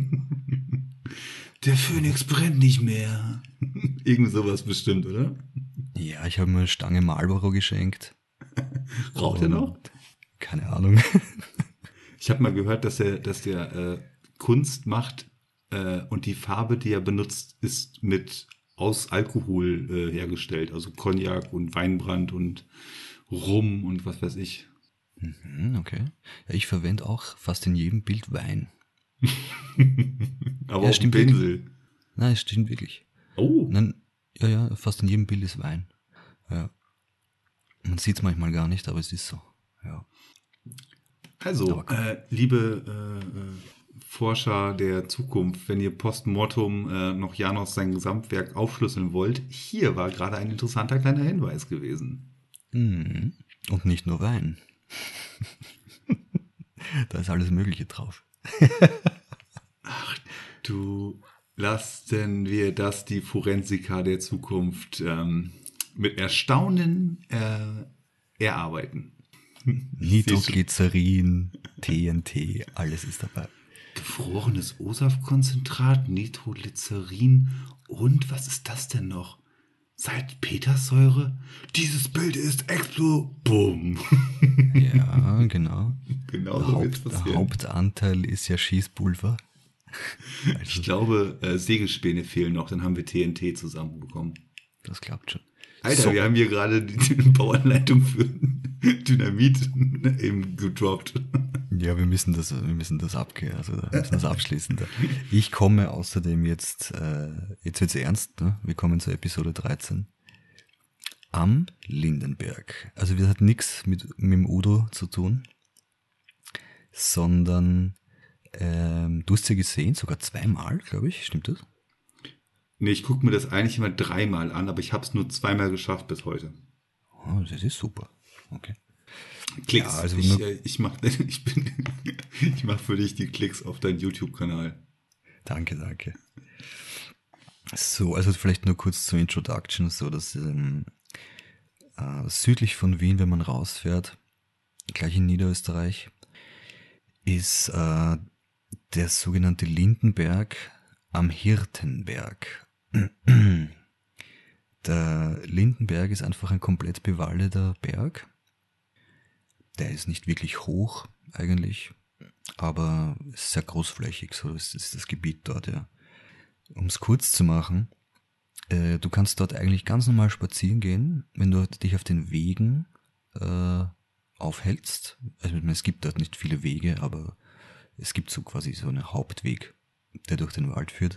Der Phönix brennt nicht mehr. Irgend sowas bestimmt, oder? Ja, ich habe mir eine Stange Marlboro geschenkt. Raucht er noch? Keine Ahnung. Ich habe mal gehört, dass der Kunst macht und die Farbe, die er benutzt, ist aus Alkohol hergestellt. Also Cognac und Weinbrand und Rum und was weiß ich. Okay. Ja, ich verwende auch fast in jedem Bild Wein. Aber Ja, auch stimmt Pinsel. Nein, es stimmt wirklich. Oh. Nein, ja, fast in jedem Bild ist Wein. Ja. Man sieht es manchmal gar nicht, aber es ist so. Ja. Also, liebe Forscher der Zukunft, wenn ihr postmortem noch Janos sein Gesamtwerk aufschlüsseln wollt, hier war gerade ein interessanter kleiner Hinweis gewesen. Mhm. Und nicht nur Wein. Da ist alles Mögliche drauf. Ach du, lassen wir das die Forensiker der Zukunft mit Erstaunen erarbeiten. Nitroglycerin, TNT, alles ist dabei. Gefrorenes O-Saft-Konzentrat, Nitroglycerin und was ist das denn noch? Salpetersäure? Dieses Bild ist Bumm. Ja, genau. Genau so wird's passieren. Der Hauptanteil ist ja Schießpulver. Ich glaube, Sägespäne fehlen noch, dann haben wir TNT zusammenbekommen. Das klappt schon. Alter, so. Wir haben hier gerade die Bauanleitung für Dynamit eben gedroppt. Ja, wir müssen das abschließen. Ich komme außerdem jetzt wird's ernst, ne? Wir kommen zur Episode 13. Am Lindenberg. Also das hat nichts mit dem Udo zu tun, sondern du hast sie gesehen, sogar zweimal, glaube ich, stimmt das? Nee, ich gucke mir das eigentlich immer 3-mal an, aber ich habe es nur 2-mal geschafft bis heute. Oh, das ist super. Okay. Klicks. Ja, also ich mach für dich die Klicks auf deinen YouTube-Kanal. Danke. So, also vielleicht nur kurz zur Introduction, so dass südlich von Wien, wenn man rausfährt, gleich in Niederösterreich, ist der sogenannte Lindenberg am Hirtenberg. Der Lindenberg ist einfach ein komplett bewaldeter Berg. Der ist nicht wirklich hoch eigentlich, aber ist sehr großflächig, so ist das Gebiet dort, ja. Um es kurz zu machen, du kannst dort eigentlich ganz normal spazieren gehen, wenn du dich auf den Wegen aufhältst. Also es gibt dort nicht viele Wege, aber es gibt so quasi so einen Hauptweg, der durch den Wald führt.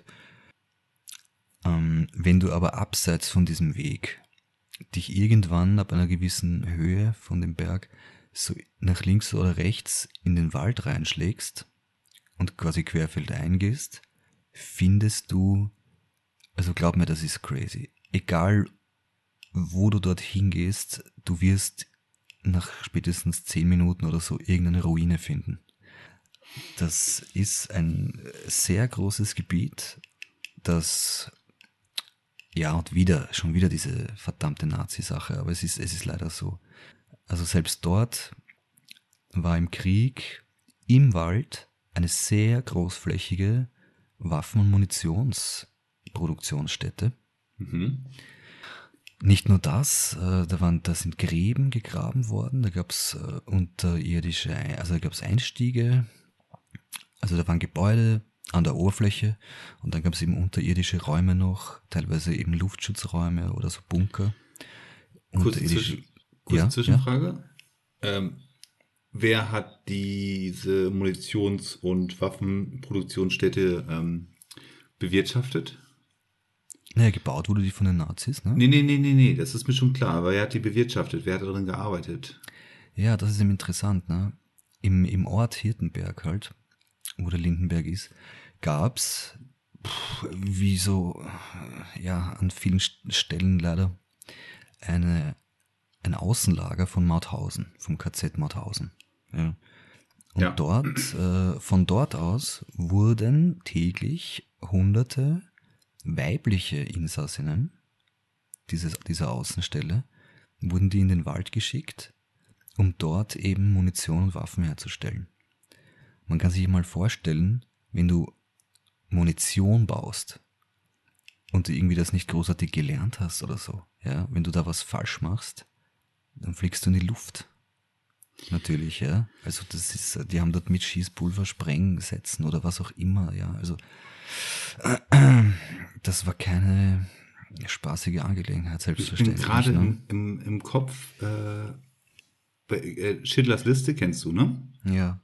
Wenn du aber abseits von diesem Weg dich irgendwann ab einer gewissen Höhe von dem Berg so nach links oder rechts in den Wald reinschlägst und quasi querfeldein gehst, findest du, also glaub mir, das ist crazy. Egal, wo du dorthin gehst, du wirst nach spätestens 10 Minuten oder so irgendeine Ruine finden. Das ist ein sehr großes Gebiet, das, ja, und schon wieder diese verdammte Nazi-Sache, aber es ist leider so. Also selbst dort war im Krieg im Wald eine sehr großflächige Waffen- und Munitionsproduktionsstätte. Mhm. Nicht nur das, da sind Gräben gegraben worden, da gab es also da gab es Einstiege, also da waren Gebäude an der Oberfläche und dann gab es eben unterirdische Räume noch, teilweise eben Luftschutzräume oder so Bunker. Kurze, Unterirdische, kurze ja, ja. Zwischenfrage. Ähm, Wer hat diese Munitions- und Waffenproduktionsstätte bewirtschaftet? Naja, gebaut wurde die von den Nazis, ne? Nee, das ist mir schon klar. Aber wer hat die bewirtschaftet? Wer hat darin gearbeitet? Ja, das ist eben interessant, ne? Im Ort Hirtenberg halt, wo der Lindenberg ist, gab's wie so, ja, an vielen Stellen leider, ein Außenlager von Mauthausen, vom KZ Mauthausen. Ja. Und Ja. von dort aus wurden täglich hunderte weibliche Insassinnen dieser Außenstelle, wurden die in den Wald geschickt, um dort eben Munition und Waffen herzustellen. Man kann sich mal vorstellen, wenn du Munition baust und du irgendwie das nicht großartig gelernt hast oder so, ja, wenn du da was falsch machst, dann fliegst du in die Luft. Natürlich, ja. Also die haben dort mit Schießpulver Sprengsätzen oder was auch immer, ja. Also das war keine spaßige Angelegenheit, Ich bin selbstverständlich. gerade Ne? im Kopf, Schindlers Liste kennst du, ne? Ja.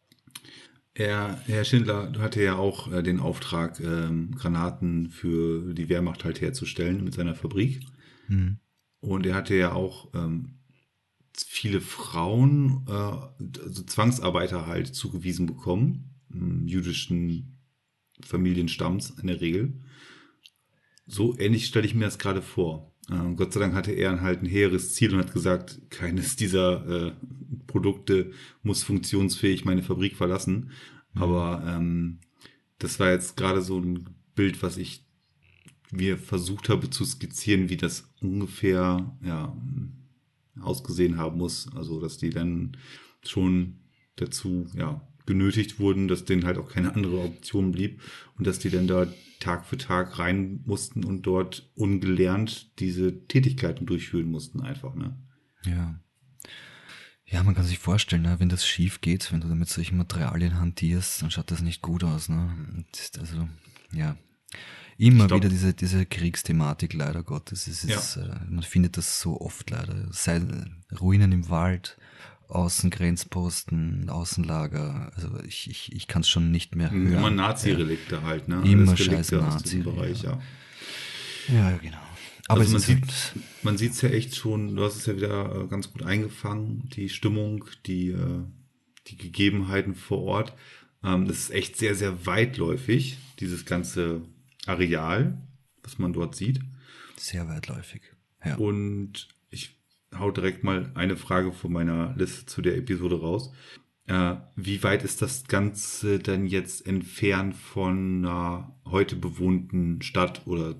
Herr Schindler hatte ja auch den Auftrag, Granaten für die Wehrmacht halt herzustellen mit seiner Fabrik. Hm. Und er hatte ja auch viele Frauen, also Zwangsarbeiter halt zugewiesen bekommen, jüdischen Familienstamms in der Regel. So ähnlich stelle ich mir das gerade vor. Gott sei Dank hatte er halt ein hehres Ziel und hat gesagt, keines dieser Produkte muss funktionsfähig meine Fabrik verlassen. Aber das war jetzt gerade so ein Bild, was ich mir versucht habe zu skizzieren, wie das ungefähr ausgesehen haben muss. Also, dass die dann schon dazu genötigt wurden, dass denen halt auch keine andere Option blieb und dass die dann da Tag für Tag rein mussten und dort ungelernt diese Tätigkeiten durchführen mussten einfach, ne? Ja. Ja, man kann sich vorstellen, ne, wenn das schief geht, wenn du damit solchen Materialien hantierst, dann schaut das nicht gut aus. Ne? Und also, ja. Immer wieder diese Kriegsthematik, leider Gottes. Man findet das so oft leider. Sei Ruinen im Wald, Außengrenzposten, Außenlager. Also ich kann es schon nicht mehr hören. Immer Nazi-Relikte halt, ne? Immer Alles scheiß Relikte aus Nazi, diesem Bereich, ja. Ja, genau. Aber Also es ist man sieht es ja echt schon, du hast es ja wieder ganz gut eingefangen, die Stimmung, die Gegebenheiten vor Ort. Das ist echt sehr, sehr weitläufig, dieses ganze Areal, was man dort sieht. sehr weitläufig. Ja. Und ich hau direkt mal eine Frage von meiner Liste zu der Episode raus. Wie weit ist das Ganze denn jetzt entfernt von einer heute bewohnten Stadt oder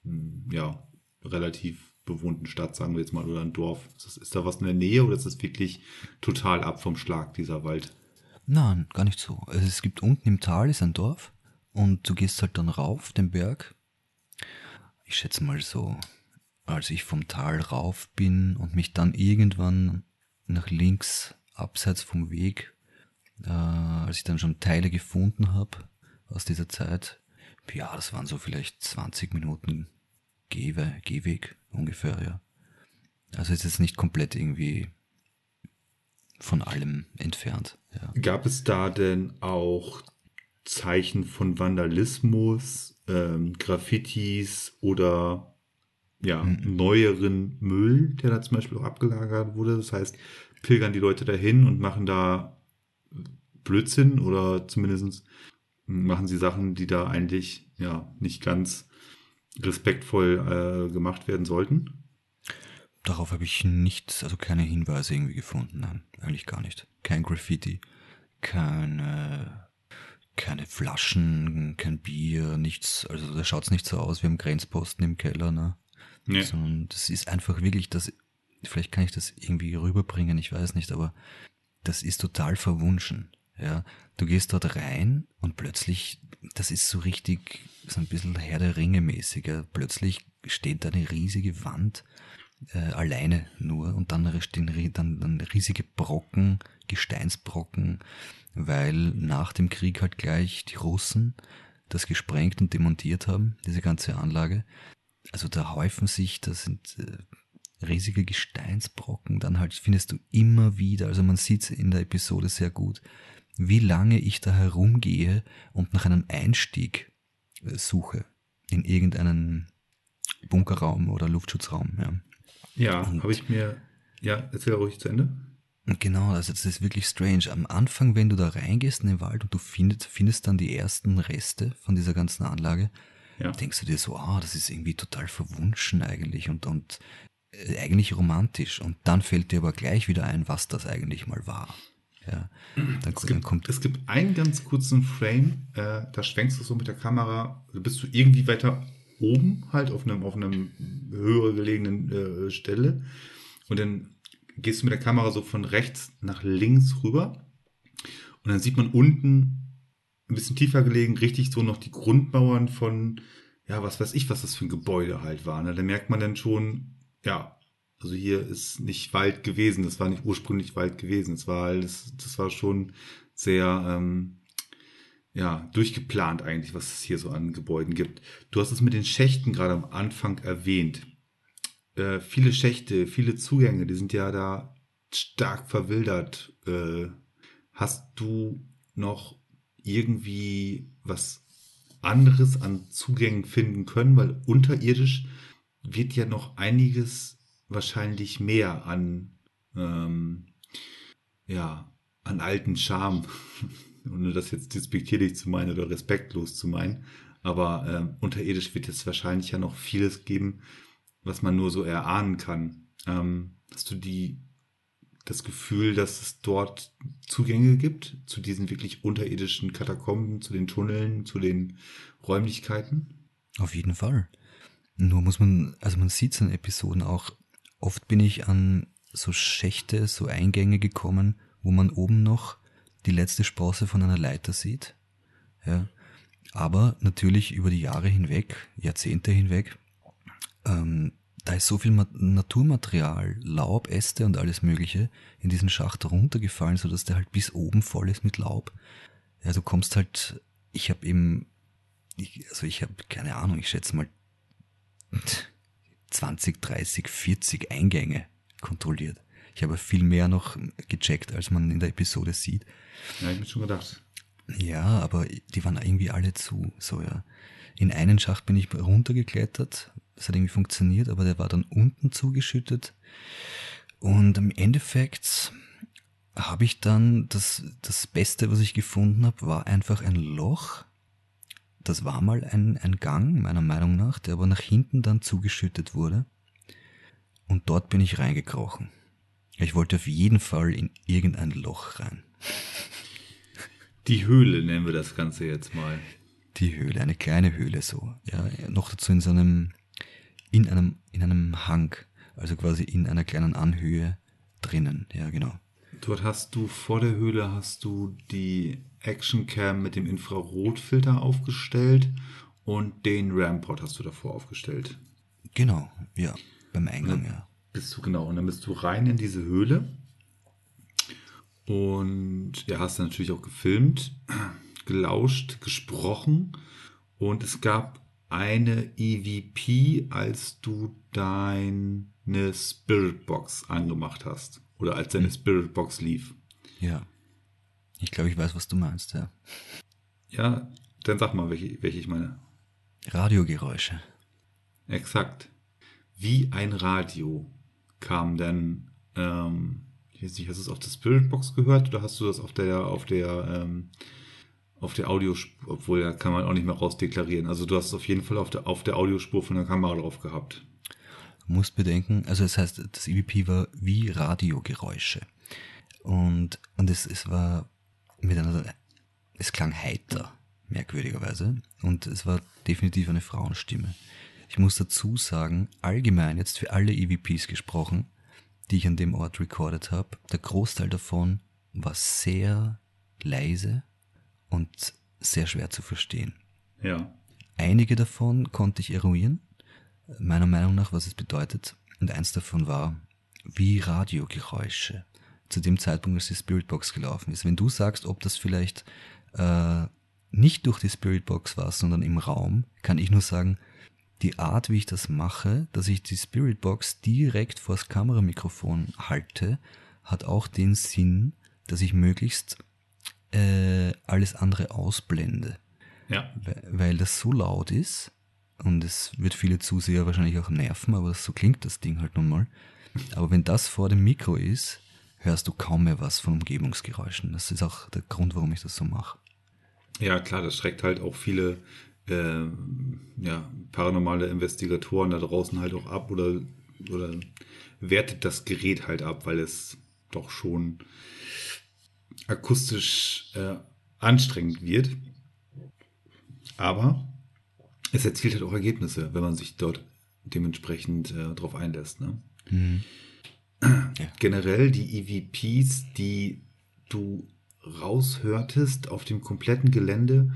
relativ bewohnten Stadt, sagen wir jetzt mal, oder ein Dorf? Ist da was in der Nähe oder ist das wirklich total ab vom Schlag, dieser Wald? Nein, gar nicht so. Also es gibt unten im Tal ist ein Dorf und du gehst halt dann rauf den Berg. Ich schätze mal so, als ich vom Tal rauf bin und mich dann irgendwann nach links abseits vom Weg, als ich dann schon Teile gefunden habe aus dieser Zeit, ja, das waren so vielleicht 20 Minuten Gehweg ungefähr, ja. Also es ist jetzt nicht komplett irgendwie von allem entfernt, ja. Gab es da denn auch Zeichen von Vandalismus, Graffitis oder neueren Müll, der da zum Beispiel auch abgelagert wurde? Das heißt, pilgern die Leute dahin und machen da Blödsinn oder zumindest machen sie Sachen, die da eigentlich nicht ganz respektvoll gemacht werden sollten? Darauf habe ich also keine Hinweise irgendwie gefunden. Nein, eigentlich gar nicht. Kein Graffiti, keine Flaschen, kein Bier, nichts. Also da schaut's nicht so aus wie am Grenzposten im Keller, ne? Nee. Sondern das ist einfach wirklich vielleicht kann ich das irgendwie rüberbringen, ich weiß nicht, aber das ist total verwunschen. Ja, du gehst dort rein und plötzlich, das ist so richtig, so ein bisschen Herr der Ringe mäßiger. Plötzlich steht da eine riesige Wand, alleine nur, und dann stehen dann riesige Brocken, Gesteinsbrocken, weil nach dem Krieg halt gleich die Russen das gesprengt und demontiert haben, diese ganze Anlage. Also da häufen sich, das sind riesige Gesteinsbrocken, dann halt findest du immer wieder, also man sieht es in der Episode sehr gut, wie lange ich da herumgehe und nach einem Einstieg suche in irgendeinen Bunkerraum oder Luftschutzraum. Ja, Ja, habe ich mir. Ja, erzähl ruhig zu Ende. und genau, also das ist wirklich strange. Am Anfang, wenn du da reingehst in den Wald und du findest dann die ersten Reste von dieser ganzen Anlage, Ja. denkst du dir so, das ist irgendwie total verwunschen eigentlich und eigentlich romantisch. Und dann fällt dir aber gleich wieder ein, was das eigentlich mal war. Ja, Es gibt einen ganz kurzen Frame, da schwenkst du so mit der Kamera, also bist du irgendwie weiter oben, halt auf einem höher gelegenen Stelle. Und dann gehst du mit der Kamera so von rechts nach links rüber. Und dann sieht man unten ein bisschen tiefer gelegen, richtig so noch die Grundmauern von, ja, was weiß ich, was das für ein Gebäude halt war. Ne? Da merkt man dann schon, ja, also hier ist nicht Wald gewesen, das war nicht ursprünglich Wald gewesen. Das war schon sehr, ja, durchgeplant eigentlich, was es hier so an Gebäuden gibt. Du hast es mit den Schächten gerade am Anfang erwähnt. Viele Schächte, viele Zugänge, die sind ja da stark verwildert. Hast du noch irgendwie was anderes an Zugängen finden können? Weil unterirdisch wird ja noch einiges wahrscheinlich mehr ja, an alten Charme, ohne das jetzt despektierlich zu meinen oder respektlos zu meinen. Aber unterirdisch wird es wahrscheinlich ja noch vieles geben, was man nur so erahnen kann. Hast du das Gefühl, dass es dort Zugänge gibt zu diesen wirklich unterirdischen Katakomben, zu den Tunneln, zu den Räumlichkeiten? auf jeden Fall. Nur man sieht es in Episoden auch, oft bin ich an so Schächte, so Eingänge gekommen, wo man oben noch die letzte Sprosse von einer Leiter sieht. Ja. Aber natürlich über die Jahre hinweg, Jahrzehnte hinweg, da ist so viel Naturmaterial, Laub, Äste und alles Mögliche in diesen Schacht runtergefallen, sodass der halt bis oben voll ist mit Laub. Ja, du kommst halt, ich habe keine Ahnung, ich schätze mal 20, 30, 40 Eingänge kontrolliert. Ich habe viel mehr noch gecheckt, als man in der Episode sieht. Ja, ich mir schon gedacht. Ja, aber die waren irgendwie alle zu, so ja. In einen Schacht bin ich runtergeklettert, das hat irgendwie funktioniert, aber der war dann unten zugeschüttet. Und im Endeffekt habe ich dann, das Beste, was ich gefunden habe, war einfach ein Loch. Das war mal ein Gang, meiner Meinung nach, der aber nach hinten dann zugeschüttet wurde. Und dort bin ich reingekrochen. Ich wollte auf jeden Fall in irgendein Loch rein. Die Höhle nennen wir das Ganze jetzt mal. Die Höhle, eine kleine Höhle so. Ja, noch dazu in einem Hang, also quasi in einer kleinen Anhöhe drinnen. Ja, genau. Dort vor der Höhle hast du die Actioncam mit dem Infrarotfilter aufgestellt und den Ramport hast du davor aufgestellt. Genau, ja, beim Eingang, ja. Und dann bist du rein in diese Höhle und ja, hast dann natürlich auch gefilmt, gelauscht, gesprochen und es gab eine EVP, als du deine Spiritbox angemacht hast oder als deine Spiritbox lief. Ja, ich glaube, ich weiß, was du meinst, ja. Ja, dann sag mal, welche ich meine. Radiogeräusche. Exakt. Wie ein Radio kam dann, ich weiß nicht, hast du es auf der Spiritbox gehört oder hast du das auf der Audiospur, obwohl da kann man auch nicht mehr rausdeklarieren. Also du hast es auf jeden Fall auf der Audiospur von der Kamera drauf gehabt. Du musst bedenken, also das heißt, das EVP war wie Radiogeräusche. Und es war es klang heiter, merkwürdigerweise. Und es war definitiv eine Frauenstimme. Ich muss dazu sagen, allgemein jetzt für alle EVPs gesprochen, die ich an dem Ort recorded habe, der Großteil davon war sehr leise und sehr schwer zu verstehen. Ja. Einige davon konnte ich eruieren, meiner Meinung nach, was es bedeutet. Und eins davon war, wie Radiogeräusche zu dem Zeitpunkt, als die Spiritbox gelaufen ist. Wenn du sagst, ob das vielleicht nicht durch die Spiritbox war, sondern im Raum, kann ich nur sagen, die Art, wie ich das mache, dass ich die Spiritbox direkt vors Kameramikrofon halte, hat auch den Sinn, dass ich möglichst alles andere ausblende. Ja. Weil das so laut ist und es wird viele Zuseher wahrscheinlich auch nerven, aber so klingt das Ding halt nun mal. Aber wenn das vor dem Mikro ist, hörst du kaum mehr was von Umgebungsgeräuschen. Das ist auch der Grund, warum ich das so mache. Ja, klar, das schreckt halt auch viele paranormale Investigatoren da draußen halt auch ab oder wertet das Gerät halt ab, weil es doch schon akustisch anstrengend wird. Aber es erzielt halt auch Ergebnisse, wenn man sich dort dementsprechend drauf einlässt. Ne? Ja. Generell die EVPs, die du raushörtest auf dem kompletten Gelände,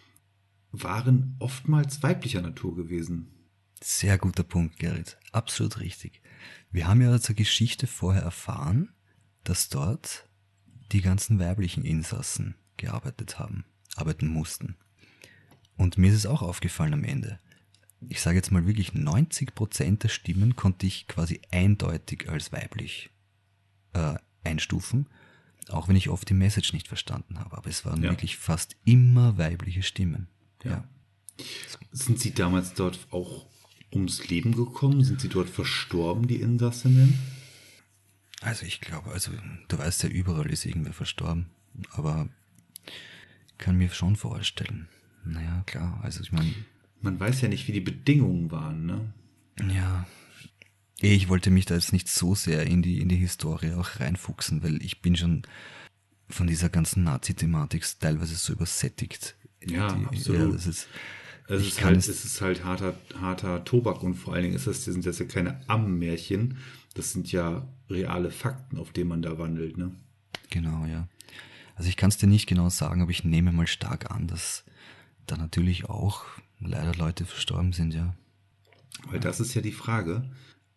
waren oftmals weiblicher Natur gewesen. Sehr guter Punkt, Gerrit. Absolut richtig. Wir haben ja zur Geschichte vorher erfahren, dass dort die ganzen weiblichen Insassen arbeiten mussten. Und mir ist es auch aufgefallen am Ende. Ich sage jetzt mal wirklich, 90% der Stimmen konnte ich quasi eindeutig als weiblich einstufen, auch wenn ich oft die Message nicht verstanden habe. Aber es waren wirklich fast immer weibliche Stimmen. Ja. Sind Sie damals dort auch ums Leben gekommen? Sind Sie dort verstorben, die Insassinnen? Also ich glaube, du weißt ja, überall ist irgendwer verstorben. Aber kann mir schon vorstellen. Naja, klar, also ich meine... Man weiß ja nicht, wie die Bedingungen waren, ne? Ja, ich wollte mich da jetzt nicht so sehr in die Historie auch reinfuchsen, weil ich bin schon von dieser ganzen Nazi-Thematik teilweise so übersättigt. Ja, absolut. Ja, es ist halt harter Tobak und vor allen Dingen sind das ja keine Ammärchen, das sind ja reale Fakten, auf denen man da wandelt, ne? Genau, ja. Also ich kann es dir nicht genau sagen, aber ich nehme mal stark an, dass da natürlich auch leider Leute verstorben sind, ja. Weil das ist ja die Frage,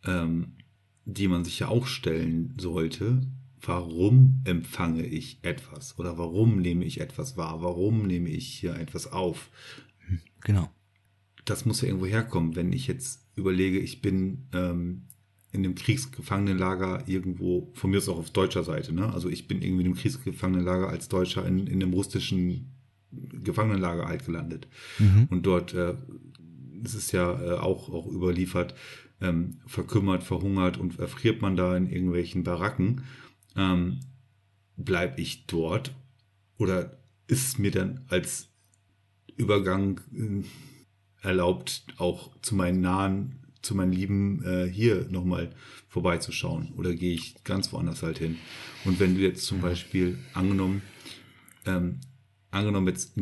die man sich ja auch stellen sollte. Warum empfange ich etwas? Oder warum nehme ich etwas wahr? Warum nehme ich hier etwas auf? Genau. Das muss ja irgendwo herkommen. Wenn ich jetzt überlege, ich bin in einem Kriegsgefangenenlager irgendwo, von mir ist auch auf deutscher Seite, ne? Also ich bin irgendwie in einem Kriegsgefangenenlager als Deutscher in einem russischen Gefangenenlager halt gelandet. Und dort ist es ja auch überliefert, verkümmert, verhungert und erfriert man da in irgendwelchen Baracken. Bleib ich dort oder ist es mir dann als Übergang erlaubt, auch zu meinen Lieben hier nochmal vorbeizuschauen? Oder gehe ich ganz woanders halt hin? Und wenn du jetzt zum Beispiel angenommen jetzt in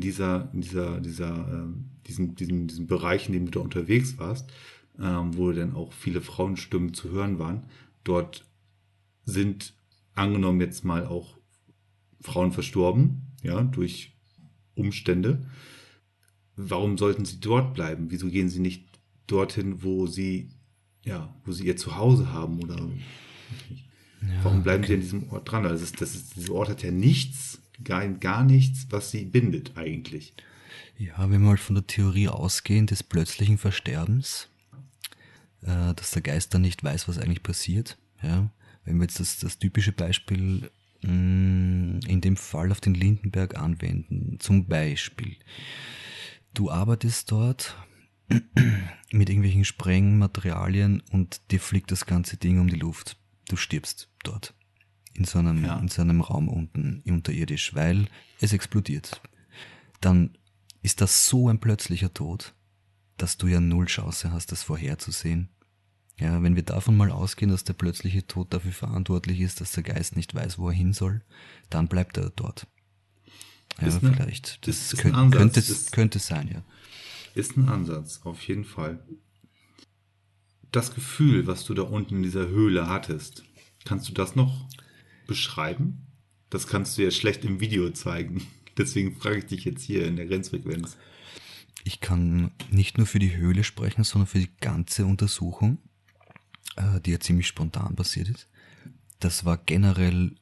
diesem Bereich, in dem du da unterwegs warst, wo dann auch viele Frauenstimmen zu hören waren, dort sind angenommen jetzt mal auch Frauen verstorben, ja, durch Umstände. Warum sollten sie dort bleiben? Wieso gehen sie nicht dorthin, wo sie ihr Zuhause haben? Oder warum bleiben sie an diesem Ort dran? Also dieser Ort hat ja nichts, gar nichts, was sie bindet eigentlich. Ja, wenn wir mal von der Theorie ausgehen des plötzlichen Versterbens, dass der Geist dann nicht weiß, was eigentlich passiert. Ja, wenn wir jetzt das typische Beispiel in dem Fall auf den Lindenberg anwenden, zum Beispiel, du arbeitest dort mit irgendwelchen Sprengmaterialien und dir fliegt das ganze Ding um die Luft. Du stirbst dort. In so einem Raum unten unterirdisch, weil es explodiert. Dann ist das so ein plötzlicher Tod, dass du ja null Chance hast, das vorherzusehen. Ja, wenn wir davon mal ausgehen, dass der plötzliche Tod dafür verantwortlich ist, dass der Geist nicht weiß, wo er hin soll, dann bleibt er dort. Ja, vielleicht. Das könnte sein, ja. Ist ein Ansatz, auf jeden Fall. Das Gefühl, was du da unten in dieser Höhle hattest, kannst du das noch beschreiben? Das kannst du ja schlecht im Video zeigen. Deswegen frage ich dich jetzt hier in der Grenzfrequenz. Ich kann nicht nur für die Höhle sprechen, sondern für die ganze Untersuchung, die ja ziemlich spontan passiert ist. Das war generell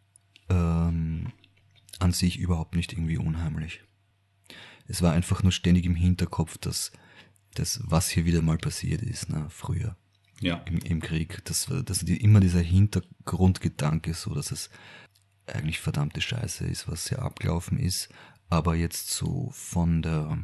an sich überhaupt nicht irgendwie unheimlich. Es war einfach nur ständig im Hinterkopf, dass das, was hier wieder mal passiert ist, ne, früher Ja. im Krieg, dass immer dieser Hintergrundgedanke so, dass es eigentlich verdammte Scheiße ist, was hier abgelaufen ist, aber jetzt so von der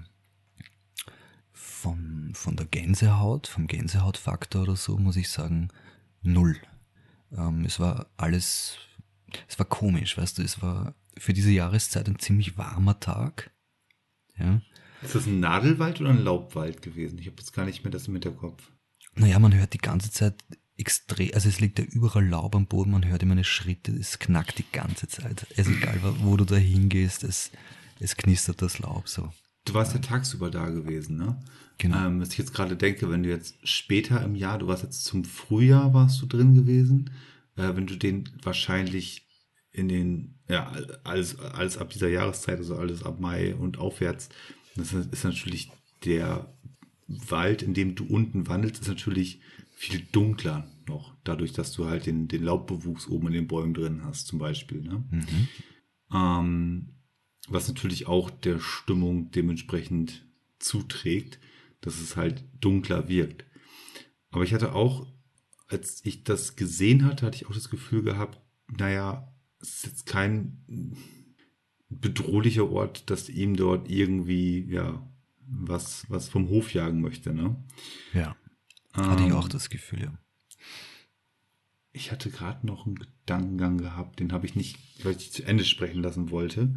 Gänsehaut, vom Gänsehautfaktor oder so, muss ich sagen, null. Es war komisch, weißt du, es war für diese Jahreszeit ein ziemlich warmer Tag. Ja. Ist das ein Nadelwald oder ein Laubwald gewesen? Ich habe jetzt gar nicht mehr das im Hinterkopf. Naja, man hört die ganze Zeit extrem, also es liegt ja überall Laub am Boden, man hört immer eine Schritte, es knackt die ganze Zeit. Also egal, wo du da hingehst, es knistert das Laub so. Du warst ja tagsüber da gewesen, ne? Genau. Was ich jetzt gerade denke, wenn du jetzt später im Jahr, du warst jetzt zum Frühjahr, warst du drin gewesen, wenn du den wahrscheinlich in den, ja, alles ab dieser Jahreszeit, also alles ab Mai und aufwärts, das ist natürlich der Wald, in dem du unten wandelst, ist natürlich viel dunkler noch, dadurch, dass du halt den Laubbewuchs oben in den Bäumen drin hast, zum Beispiel, ne? Was natürlich auch der Stimmung dementsprechend zuträgt, dass es halt dunkler wirkt. Aber ich hatte auch, als ich das gesehen hatte, hatte ich auch das Gefühl gehabt, naja, es ist jetzt kein bedrohlicher Ort, dass ihm dort irgendwie, ja, was vom Hof jagen möchte, ne? Ja, hatte ich auch das Gefühl, ja. Ich hatte gerade noch einen Gedankengang gehabt, den habe ich nicht, weil ich zu Ende sprechen lassen wollte.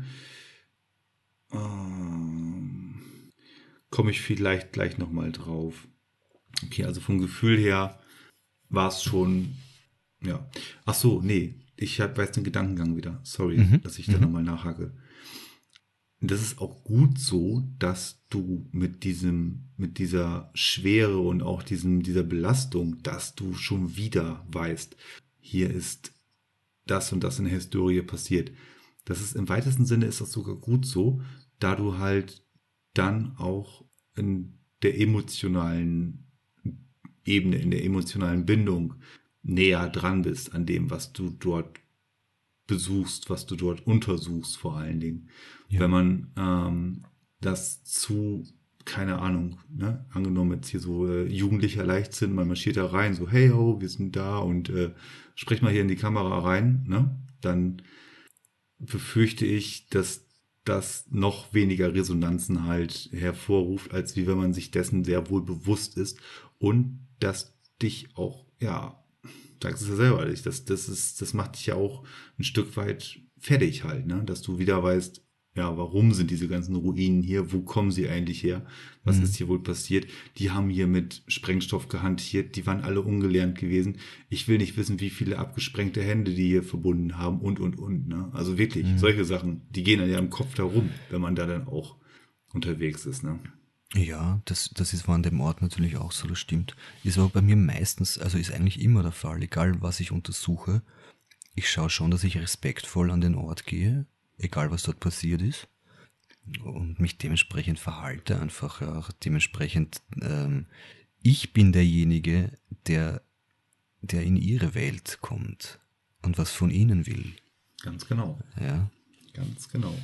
Komme ich vielleicht gleich nochmal drauf. Okay, also vom Gefühl her war es schon, ja. Ach so, nee, ich weiß den Gedankengang wieder. Sorry, dass ich da nochmal nachhake. Das ist auch gut so, dass du mit dieser Schwere und auch dieser Belastung, dass du schon wieder weißt, hier ist das und das in der Historie passiert. Das ist im weitesten Sinne ist das sogar gut so, da du halt dann auch in der emotionalen Ebene, in der emotionalen Bindung näher dran bist an dem, was du dort besuchst, was du dort untersuchst vor allen Dingen. Ja. Wenn man das zu, keine Ahnung, ne, angenommen jetzt hier so jugendlicher Leichtsinn, man marschiert da rein, so hey ho, wir sind da und sprich mal hier in die Kamera rein, ne, dann befürchte ich, dass das noch weniger Resonanzen halt hervorruft, als wie wenn man sich dessen sehr wohl bewusst ist und dass dich auch, ja, sagst es ja selber, das macht dich ja auch ein Stück weit fertig halt, ne, dass du wieder weißt, ja, warum sind diese ganzen Ruinen hier? Wo kommen sie eigentlich her? Was ist hier wohl passiert? Die haben hier mit Sprengstoff gehantiert, die waren alle ungelernt gewesen. Ich will nicht wissen, wie viele abgesprengte Hände die hier verbunden haben und, ne? Also wirklich, solche Sachen, die gehen dann ja im Kopf darum, wenn man da dann auch unterwegs ist, ne? Ja, das war an dem Ort natürlich auch so, das stimmt. Ist aber bei mir meistens, also ist eigentlich immer der Fall, egal was ich untersuche. Ich schaue schon, dass ich respektvoll an den Ort gehe, egal was dort passiert ist, und mich dementsprechend verhalte, einfach auch dementsprechend, ich bin derjenige, der in ihre Welt kommt und was von ihnen will. Ganz genau. Ja. Ganz genau.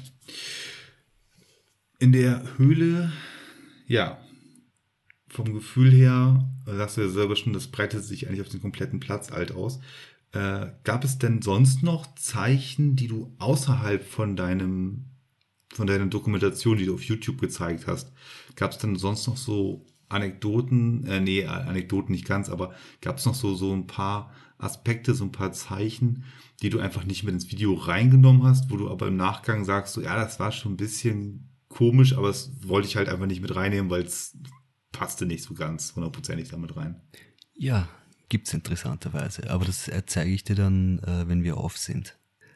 In der Höhle, ja, vom Gefühl her, sagst du ja selber schon, das breitet sich eigentlich auf den kompletten Platz alt aus. Gab es denn sonst noch Zeichen, die du außerhalb von deiner Dokumentation, die du auf YouTube gezeigt hast, gab es denn sonst noch so Anekdoten, Anekdoten nicht ganz, aber gab es noch so ein paar Aspekte, so ein paar Zeichen, die du einfach nicht mit ins Video reingenommen hast, wo du aber im Nachgang sagst, so, ja, das war schon ein bisschen komisch, aber das wollte ich halt einfach nicht mit reinnehmen, weil es passte nicht so ganz hundertprozentig damit rein. Ja, gibt's interessanterweise, aber das zeige ich dir dann, wenn wir off sind.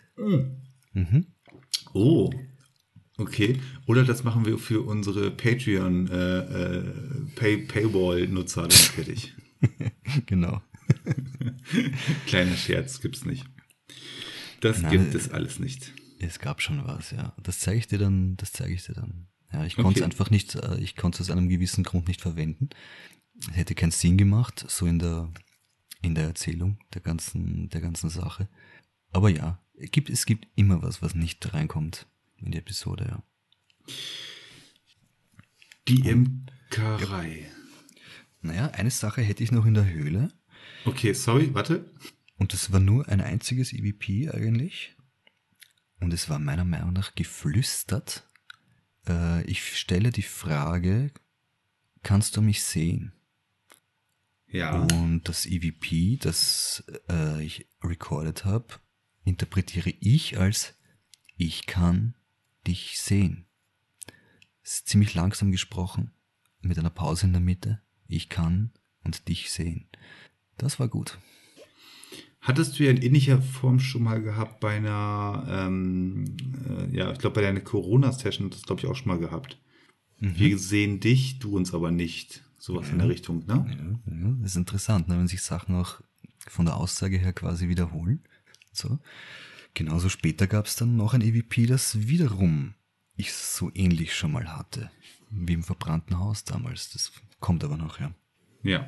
Oh, okay. Oder das machen wir für unsere Patreon Paywall-Nutzer dann fertig. Genau. Kleiner Scherz, gibt's nicht. Das gibt es alles nicht. Es gab schon was, ja. Das zeige ich dir dann. Ja, ich konnte es Okay. einfach nicht, ich konnte es aus einem gewissen Grund nicht verwenden. Es hätte keinen Sinn gemacht, so in der Erzählung der ganzen Sache. Aber ja, es gibt immer was nicht reinkommt in die Episode, ja. Die Und ja, Imkerei. naja, eine Sache hätte ich noch in der Höhle. Okay, sorry, warte. Und das war nur ein einziges EVP eigentlich. Und es war meiner Meinung nach geflüstert. Ich stelle die Frage, kannst du mich sehen? Ja. Und das EVP, das ich recorded habe, interpretiere ich als ich kann dich sehen. Es ist ziemlich langsam gesprochen, mit einer Pause in der Mitte. Ich kann und dich sehen. Das war gut. Hattest du ja in ähnlicher Form schon mal gehabt bei einer, ja, ich glaube bei deiner Corona-Session, das glaube ich auch schon mal gehabt. Wir sehen dich, du uns aber nicht. Sowas in der Richtung, ne? Ja, das ist interessant, ne, wenn sich Sachen auch von der Aussage her quasi wiederholen. So. Genauso später gab es dann noch ein EVP, das wiederum ich so ähnlich schon mal hatte. Wie im verbrannten Haus damals. Das kommt aber noch, ja. Ja.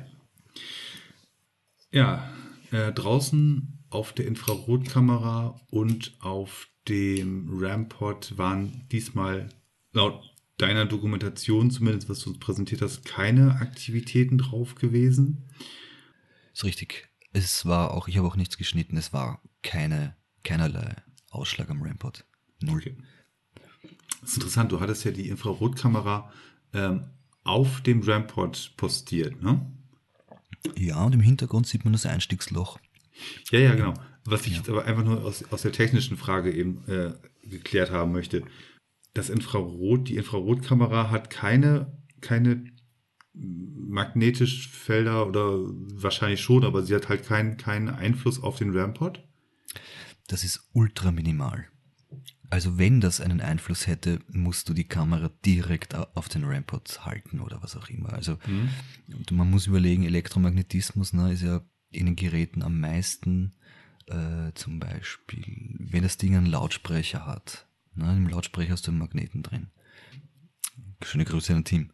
Ja, draußen auf der Infrarotkamera und auf dem Rampod waren diesmal laut deiner Dokumentation, zumindest was du uns präsentiert hast, keine Aktivitäten drauf gewesen. Ist richtig. Es war auch, ich habe auch nichts geschnitten, es war keinerlei Ausschlag am Rampart. Null. Okay. Das ist interessant, du hattest ja die Infrarotkamera auf dem Rampod postiert, ne? Ja, und im Hintergrund sieht man das Einstiegsloch. Ja, ja, genau. Was ich jetzt aber einfach nur aus der technischen Frage eben geklärt haben möchte. Die Infrarotkamera hat keine Magnetischfelder oder wahrscheinlich schon, aber sie hat halt keinen Einfluss auf den Rampod. Das ist ultra minimal. Also wenn das einen Einfluss hätte, musst du die Kamera direkt auf den Rampart halten oder was auch immer. Also man muss überlegen, Elektromagnetismus ist ja in den Geräten am meisten, zum Beispiel, wenn das Ding einen Lautsprecher hat. Im Lautsprecher hast du einen Magneten drin. Schöne Grüße an das Team.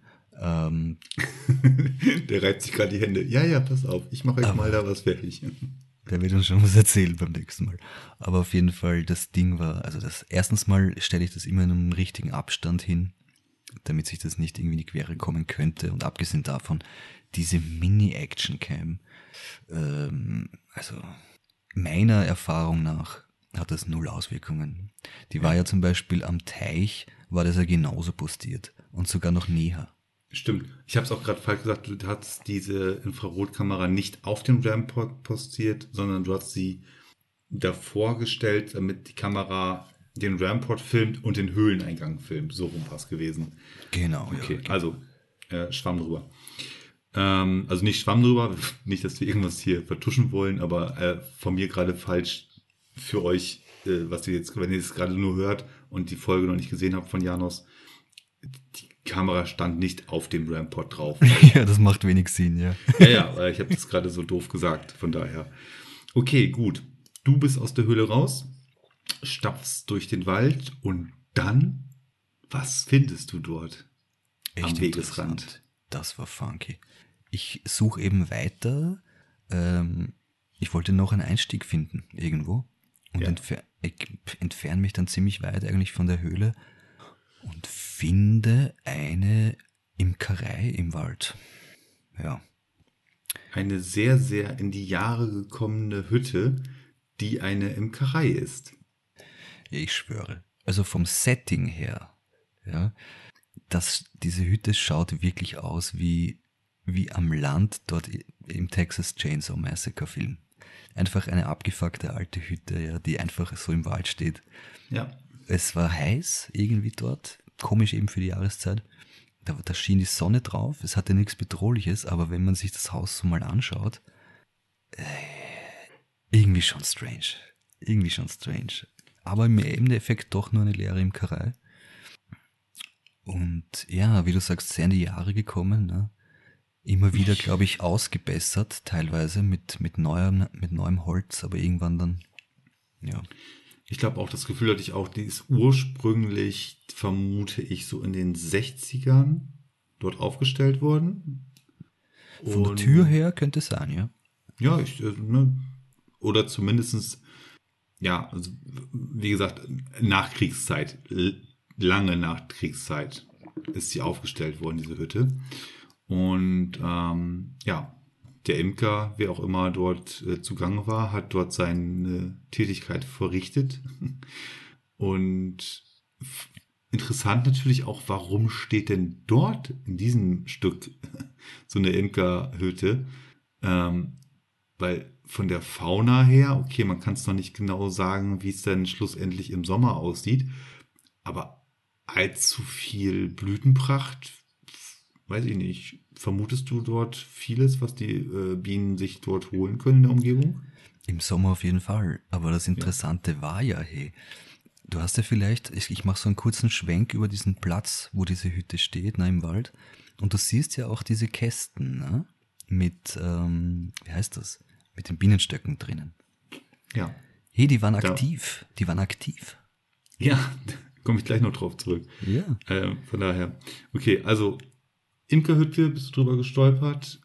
Der reibt sich gerade die Hände. Ja, ja, pass auf, ich mache euch mal da was fertig. Der wird uns schon was erzählen beim nächsten Mal. Aber auf jeden Fall, das Ding war, also erstens mal stelle ich das immer in einem richtigen Abstand hin, damit sich das nicht irgendwie in die Quere kommen könnte. Und abgesehen davon, diese Mini-Action-Cam, also meiner Erfahrung nach hat das null Auswirkungen. Die war ja zum Beispiel am Teich, war das ja genauso postiert und sogar noch näher. Stimmt. Ich habe es auch gerade falsch gesagt, du hast diese Infrarotkamera nicht auf dem Rampod postiert, sondern du hast sie davor gestellt, damit die Kamera den Rampod filmt und den Höhleneingang filmt. So rum war es gewesen. Genau, Okay, ja. also Schwamm drüber. Also nicht Schwamm drüber, nicht, dass wir irgendwas hier vertuschen wollen, aber von mir gerade falsch für euch, was ihr jetzt, wenn ihr es gerade nur hört und die Folge noch nicht gesehen habt von Janos. Die Kamera stand nicht auf dem Rampod drauf. Ja, das macht wenig Sinn, ja. Ja, ich habe das gerade so doof gesagt, von daher. Okay, gut. Du bist aus der Höhle raus, stapfst durch den Wald und dann, was findest du dort am Wegesrand? Interessant. Das war funky. Ich suche eben weiter. Ich wollte noch einen Einstieg finden, irgendwo. Und Ja. ich entferne mich dann ziemlich weit eigentlich von der Höhle und finde eine Imkerei im Wald. Ja. Eine sehr, sehr in die Jahre gekommene Hütte, die eine Imkerei ist. Ich schwöre. Also vom Setting her, ja, diese Hütte schaut wirklich aus wie am Land dort im Texas Chainsaw Massacre Film. Einfach eine abgefuckte alte Hütte, ja, die einfach so im Wald steht. Ja. Es war heiß irgendwie dort, komisch eben für die Jahreszeit. Da schien die Sonne drauf, es hatte nichts Bedrohliches, aber wenn man sich das Haus so mal anschaut, irgendwie schon strange. Irgendwie schon strange. Aber im Endeffekt doch nur eine leere Imkerei. Und ja, wie du sagst, sehr in die Jahre gekommen. Ne? Immer wieder, glaube ich, ausgebessert, teilweise mit neuem Holz, aber irgendwann dann, ja. Ich glaube auch, das Gefühl hatte ich auch, die ist ursprünglich, vermute ich, so in den 60ern dort aufgestellt worden. Von der Tür Und her könnte es sein, ja. ja, ne, oder zumindestens, ja, also, wie gesagt, Nachkriegszeit, lange Nachkriegszeit ist sie aufgestellt worden, diese Hütte. Und ja, der Imker, wer auch immer dort zugange war, hat dort seine Tätigkeit verrichtet. Und interessant natürlich auch, warum steht denn dort in diesem Stück so eine Imkerhütte? Ähm, Weil von der Fauna her, okay, man kann es noch nicht genau sagen, wie es dann schlussendlich im Sommer aussieht, aber allzu viel Blütenpracht, weiß ich nicht. Vermutest du dort vieles, was die Bienen sich dort holen können in der Umgebung? Im Sommer auf jeden Fall. Aber das Ja. Interessante war ja, hey, du hast ja vielleicht, ich mache so einen kurzen Schwenk über diesen Platz, wo diese Hütte steht, im Wald. Und du siehst ja auch diese Kästen, ne? Mit, wie heißt das? Mit den Bienenstöcken drinnen. Ja. Hey, die waren Da, aktiv. Die waren aktiv. ja, da komme ich gleich noch drauf zurück. Ja. Von daher. Okay, also Imkerhütte, bist du drüber gestolpert.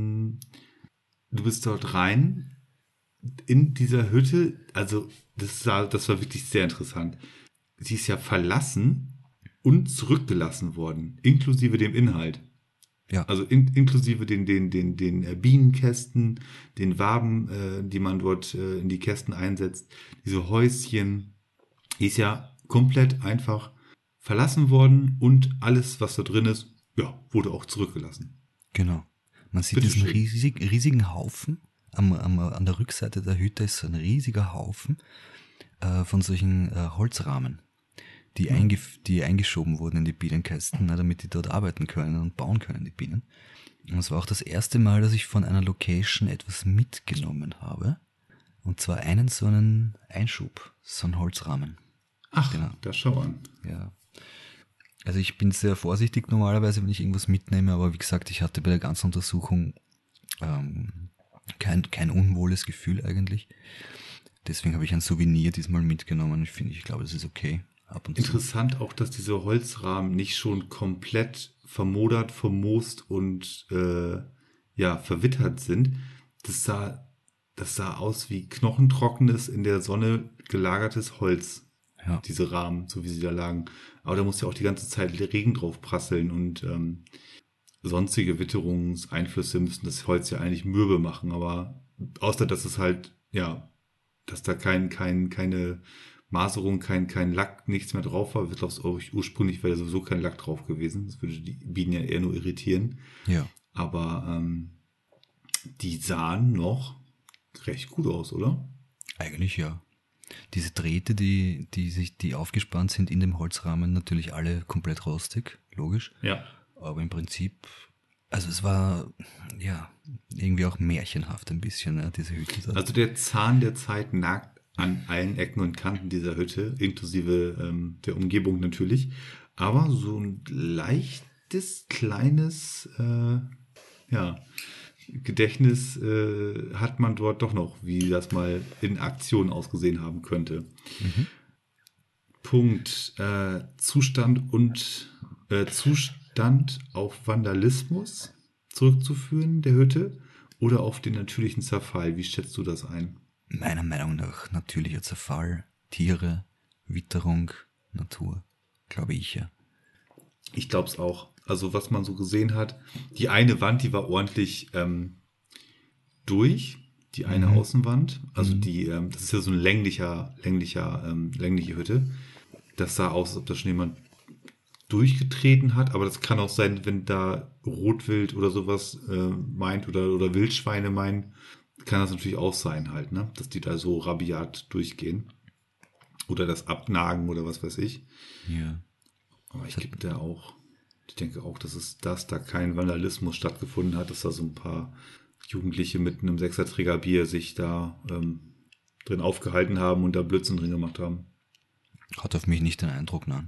Du bist dort rein. In dieser Hütte, also das war wirklich sehr interessant. Sie ist ja verlassen und zurückgelassen worden, inklusive dem Inhalt. Ja, Also inklusive den Bienenkästen, den Waben, die man dort in die Kästen einsetzt, diese Häuschen, die ist ja komplett einfach verlassen worden und alles, was da drin ist, ja, wurde auch zurückgelassen. genau. Man sieht diesen Bitteschön. riesigen Haufen. An der Rückseite der Hütte ist so ein riesiger Haufen von solchen Holzrahmen, die eingeschoben wurden in die Bienenkästen, damit die dort arbeiten können und bauen können, die Bienen. Und es war auch das erste Mal, dass ich von einer Location etwas mitgenommen habe. Und zwar so einen Einschub, so einen Holzrahmen. Ach, Genau. da schau an. Ja. Also ich bin sehr vorsichtig normalerweise, wenn ich irgendwas mitnehme, aber wie gesagt, ich hatte bei der ganzen Untersuchung kein unwohles Gefühl eigentlich. Deswegen habe ich ein Souvenir diesmal mitgenommen. Ich glaube, das ist okay. Ab und zu. Interessant auch, dass diese Holzrahmen nicht schon komplett vermodert, vermoost und ja, verwittert sind. Das sah, das sah aus wie knochentrockenes, in der Sonne gelagertes Holz. Ja, Diese Rahmen, so wie sie da lagen. Aber da muss ja auch die ganze Zeit Regen drauf prasseln und sonstige Witterungseinflüsse müssen das Holz ja eigentlich mürbe machen. Aber außer, dass es halt, ja, dass da keine Maserung, kein Lack, nichts mehr drauf war. Wird glaube ich ursprünglich wäre sowieso kein Lack drauf gewesen. Das würde die Bienen ja eher nur irritieren. ja, Aber die sahen noch recht gut aus, oder? eigentlich ja. Diese Drähte, die aufgespannt sind in dem Holzrahmen, natürlich alle komplett rostig, logisch. Ja. Aber im Prinzip, also es war ja irgendwie auch märchenhaft ein bisschen, ne, diese Hütte da. Also der Zahn der Zeit nagt an allen Ecken und Kanten dieser Hütte, inklusive der Umgebung natürlich. Aber so ein leichtes, kleines ja, Gedächtnis hat man dort doch noch, wie das mal in Aktion ausgesehen haben könnte. Punkt Zustand auf Vandalismus zurückzuführen der Hütte oder auf den natürlichen Zerfall. Wie schätzt du das ein? Meiner Meinung nach natürlicher Zerfall, Tiere, Witterung, Natur, glaube ich ja. Ich glaube es auch. Also was man so gesehen hat, die eine Wand, die war ordentlich durch, die eine Außenwand. Also die, das ist ja so ein längliche Hütte. Das sah aus, als ob da schon jemand durchgetreten hat, aber das kann auch sein, wenn da Rotwild oder sowas meint oder Wildschweine meinen, kann das natürlich auch sein halt, ne? Dass die da so rabiat durchgehen. Oder das Abnagen oder was weiß ich. Ja. Aber ich denke auch, dass da kein Vandalismus stattgefunden hat, dass da so ein paar Jugendliche mit einem Sechserträger Bier sich da drin aufgehalten haben und da Blödsinn drin gemacht haben. Hat auf mich nicht den Eindruck, nein.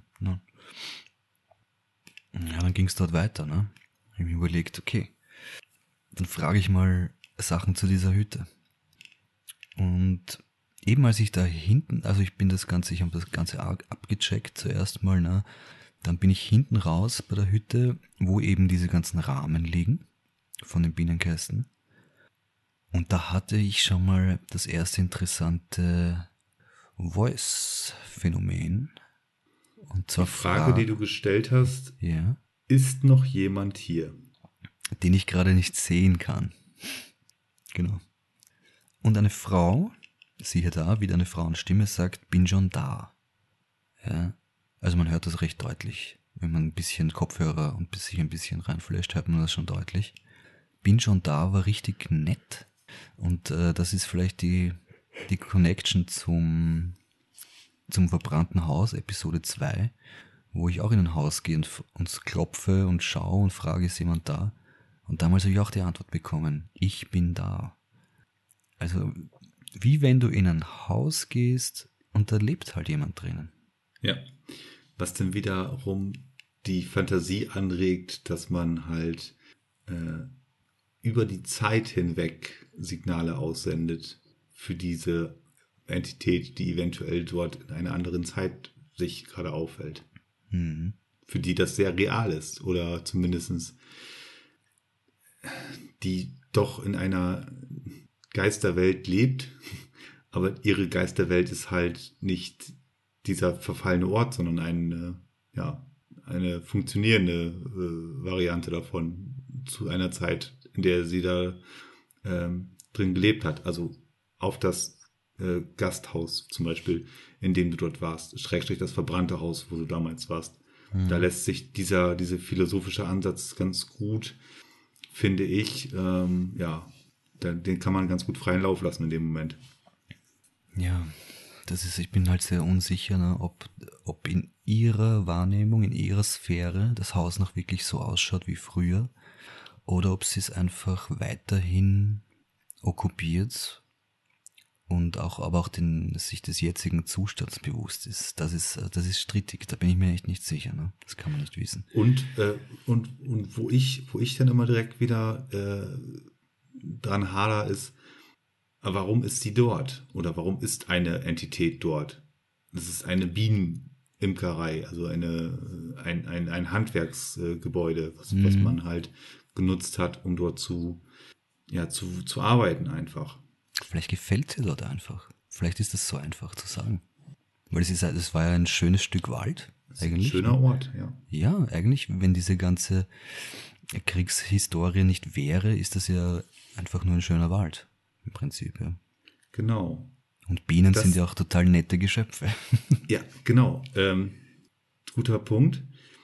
Ja, dann ging es dort weiter, ne? Ich habe mir überlegt, okay, dann frage ich mal Sachen zu dieser Hütte. Und eben als ich da hinten, also ich habe das Ganze abgecheckt zuerst mal, ne? Dann bin ich hinten raus bei der Hütte, wo eben diese ganzen Rahmen liegen von den Bienenkästen. Und da hatte ich schon mal das erste interessante Voice-Phänomen. Und Die zwar Frage, die du gestellt hast, ja, ist noch jemand hier? den ich gerade nicht sehen kann. Genau. Und eine Frau, siehe da, wieder eine Frauenstimme sagt, bin schon da. Ja, also man hört das recht deutlich. Wenn man ein bisschen Kopfhörer und sich ein bisschen reinflasht, hört man das schon deutlich. Bin schon da war richtig nett. Und das ist vielleicht die Connection zum verbrannten Haus, Episode 2, wo ich auch in ein Haus gehe und klopfe und schaue und frage, ist jemand da? Und damals habe ich auch die Antwort bekommen, ich bin da. Also wie wenn du in ein Haus gehst und da lebt halt jemand drinnen. Ja. Was dann wiederum die Fantasie anregt, dass man halt über die Zeit hinweg Signale aussendet für diese Entität, die eventuell dort in einer anderen Zeit sich gerade aufhält. Mhm. Für die das sehr real ist oder zumindest die doch in einer Geisterwelt lebt, aber ihre Geisterwelt ist halt nicht dieser verfallene Ort, sondern eine funktionierende Variante davon zu einer Zeit, in der sie da drin gelebt hat. Also auf das Gasthaus zum Beispiel, in dem du dort warst, Schrägstrich das verbrannte Haus, wo du damals warst. Da lässt sich diese philosophische Ansatz ganz gut, finde ich, den kann man ganz gut freien Lauf lassen in dem Moment. Ja, ich bin halt sehr unsicher, ne, ob in ihrer Wahrnehmung, in ihrer Sphäre das Haus noch wirklich so ausschaut wie früher oder ob sie es einfach weiterhin okkupiert und aber auch sich des jetzigen Zustands bewusst ist. Das ist strittig, da bin ich mir echt nicht sicher, ne? Das kann man nicht wissen. Und wo ich dann immer direkt wieder dran hader ist, warum ist sie dort? Oder warum ist eine Entität dort? Das ist eine Bienenimkerei, also ein Handwerksgebäude, was man halt genutzt hat, um dort zu arbeiten einfach. Vielleicht gefällt sie dort einfach. Vielleicht ist das so einfach zu sagen. Weil es war ja ein schönes Stück Wald, eigentlich. Ein schöner Ort, ja. Ja, eigentlich, wenn diese ganze Kriegshistorie nicht wäre, ist das ja einfach nur ein schöner Wald. Im Prinzip, ja. Genau. Und Bienen sind ja auch total nette Geschöpfe. Ja, genau. Guter Punkt.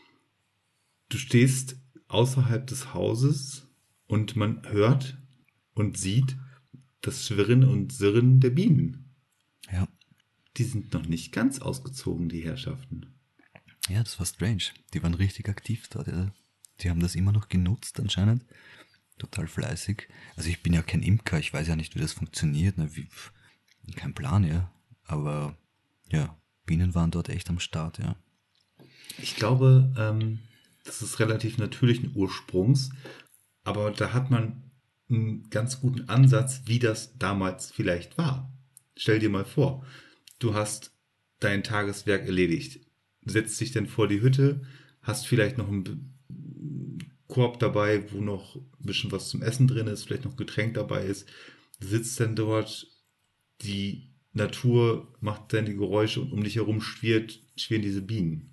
Du stehst außerhalb des Hauses und man hört und sieht das Schwirren und Sirren der Bienen. Ja. Die sind noch nicht ganz ausgezogen, die Herrschaften. Ja, das war strange. Die waren richtig aktiv dort. Ja. Die haben das immer noch genutzt anscheinend. Total fleißig. Also ich bin ja kein Imker, ich weiß ja nicht, wie das funktioniert. Ne? Kein Plan, ja. Aber ja, Bienen waren dort echt am Start, ja. Ich glaube, das ist relativ natürlichen Ursprungs, aber da hat man einen ganz guten Ansatz, wie das damals vielleicht war. Stell dir mal vor, du hast dein Tageswerk erledigt, setzt dich dann vor die Hütte, hast vielleicht noch einen Korb dabei, wo noch ein bisschen was zum Essen drin ist, vielleicht noch Getränk dabei ist, sitzt dann dort, die Natur macht dann die Geräusche und um dich herum schwirren diese Bienen.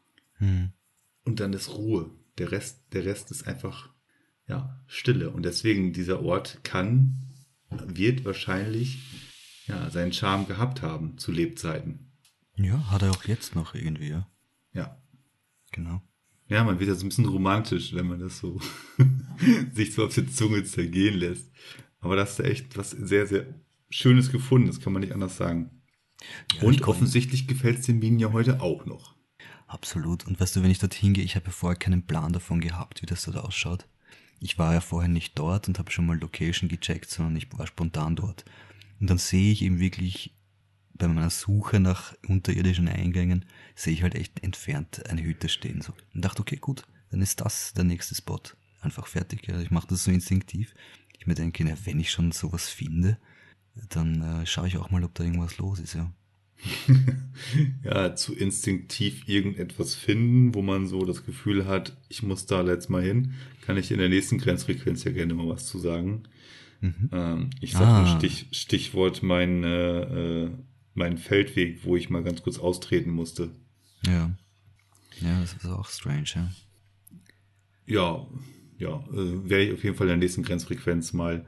Und dann ist Ruhe. Der Rest ist einfach, ja, Stille. Und deswegen dieser Ort wird wahrscheinlich, ja, seinen Charme gehabt haben zu Lebzeiten. Ja, hat er auch jetzt noch irgendwie, ja. Ja. Genau. Ja, man wird ja so ein bisschen romantisch, wenn man das so sich so auf die Zunge zergehen lässt. Aber das ist echt was sehr, sehr Schönes gefunden, das kann man nicht anders sagen. Ja, und offensichtlich gefällt es den Bienen ja heute auch noch. Absolut. Und weißt du, wenn ich dorthin gehe, ich habe ja vorher keinen Plan davon gehabt, wie das dort ausschaut. Ich war ja vorher nicht dort und habe schon mal Location gecheckt, sondern ich war spontan dort. Und dann sehe ich eben wirklich bei meiner Suche nach unterirdischen Eingängen, sehe ich halt echt entfernt eine Hütte stehen. So. Und dachte, okay, gut, dann ist das der nächste Spot. Einfach fertig. Ja. Ich mache das so instinktiv. Ich mir denke, na, wenn ich schon sowas finde, dann schaue ich auch mal, ob da irgendwas los ist, ja. Ja, zu instinktiv irgendetwas finden, wo man so das Gefühl hat, ich muss da jetzt mal hin, kann ich in der nächsten Grenzfrequenz ja gerne mal was zu sagen. Mhm. Ich sag nur Ah, Stichwort mein Feldweg, wo ich mal ganz kurz austreten musste. ja. Ja, das ist auch strange, ja. Ja, ja, werde ich auf jeden Fall in der nächsten Grenzfrequenz mal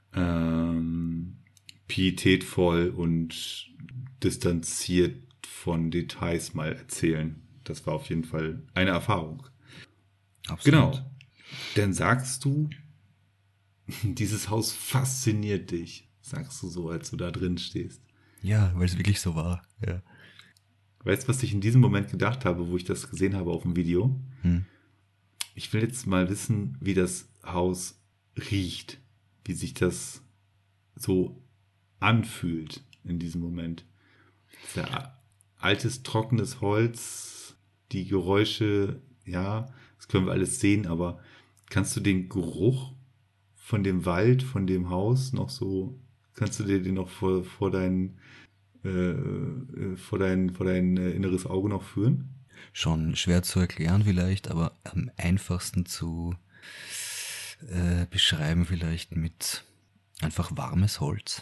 pietätvoll und distanziert von Details mal erzählen. Das war auf jeden Fall eine Erfahrung. Absolut. Genau. Dann sagst du, dieses Haus fasziniert dich. Sagst du so, als du da drin stehst. Ja, weil es wirklich so war, ja. Weißt du, was ich in diesem Moment gedacht habe, wo ich das gesehen habe auf dem Video? Hm. Ich will jetzt mal wissen, wie das Haus riecht. Wie sich das so anfühlt in diesem Moment. Sehr altes, trockenes Holz, die Geräusche, ja, das können wir alles sehen, aber kannst du den Geruch von dem Wald, von dem Haus noch so, kannst du dir den noch vor dein inneres Auge noch führen? Schon schwer zu erklären vielleicht, aber am einfachsten zu beschreiben vielleicht mit einfach warmes Holz.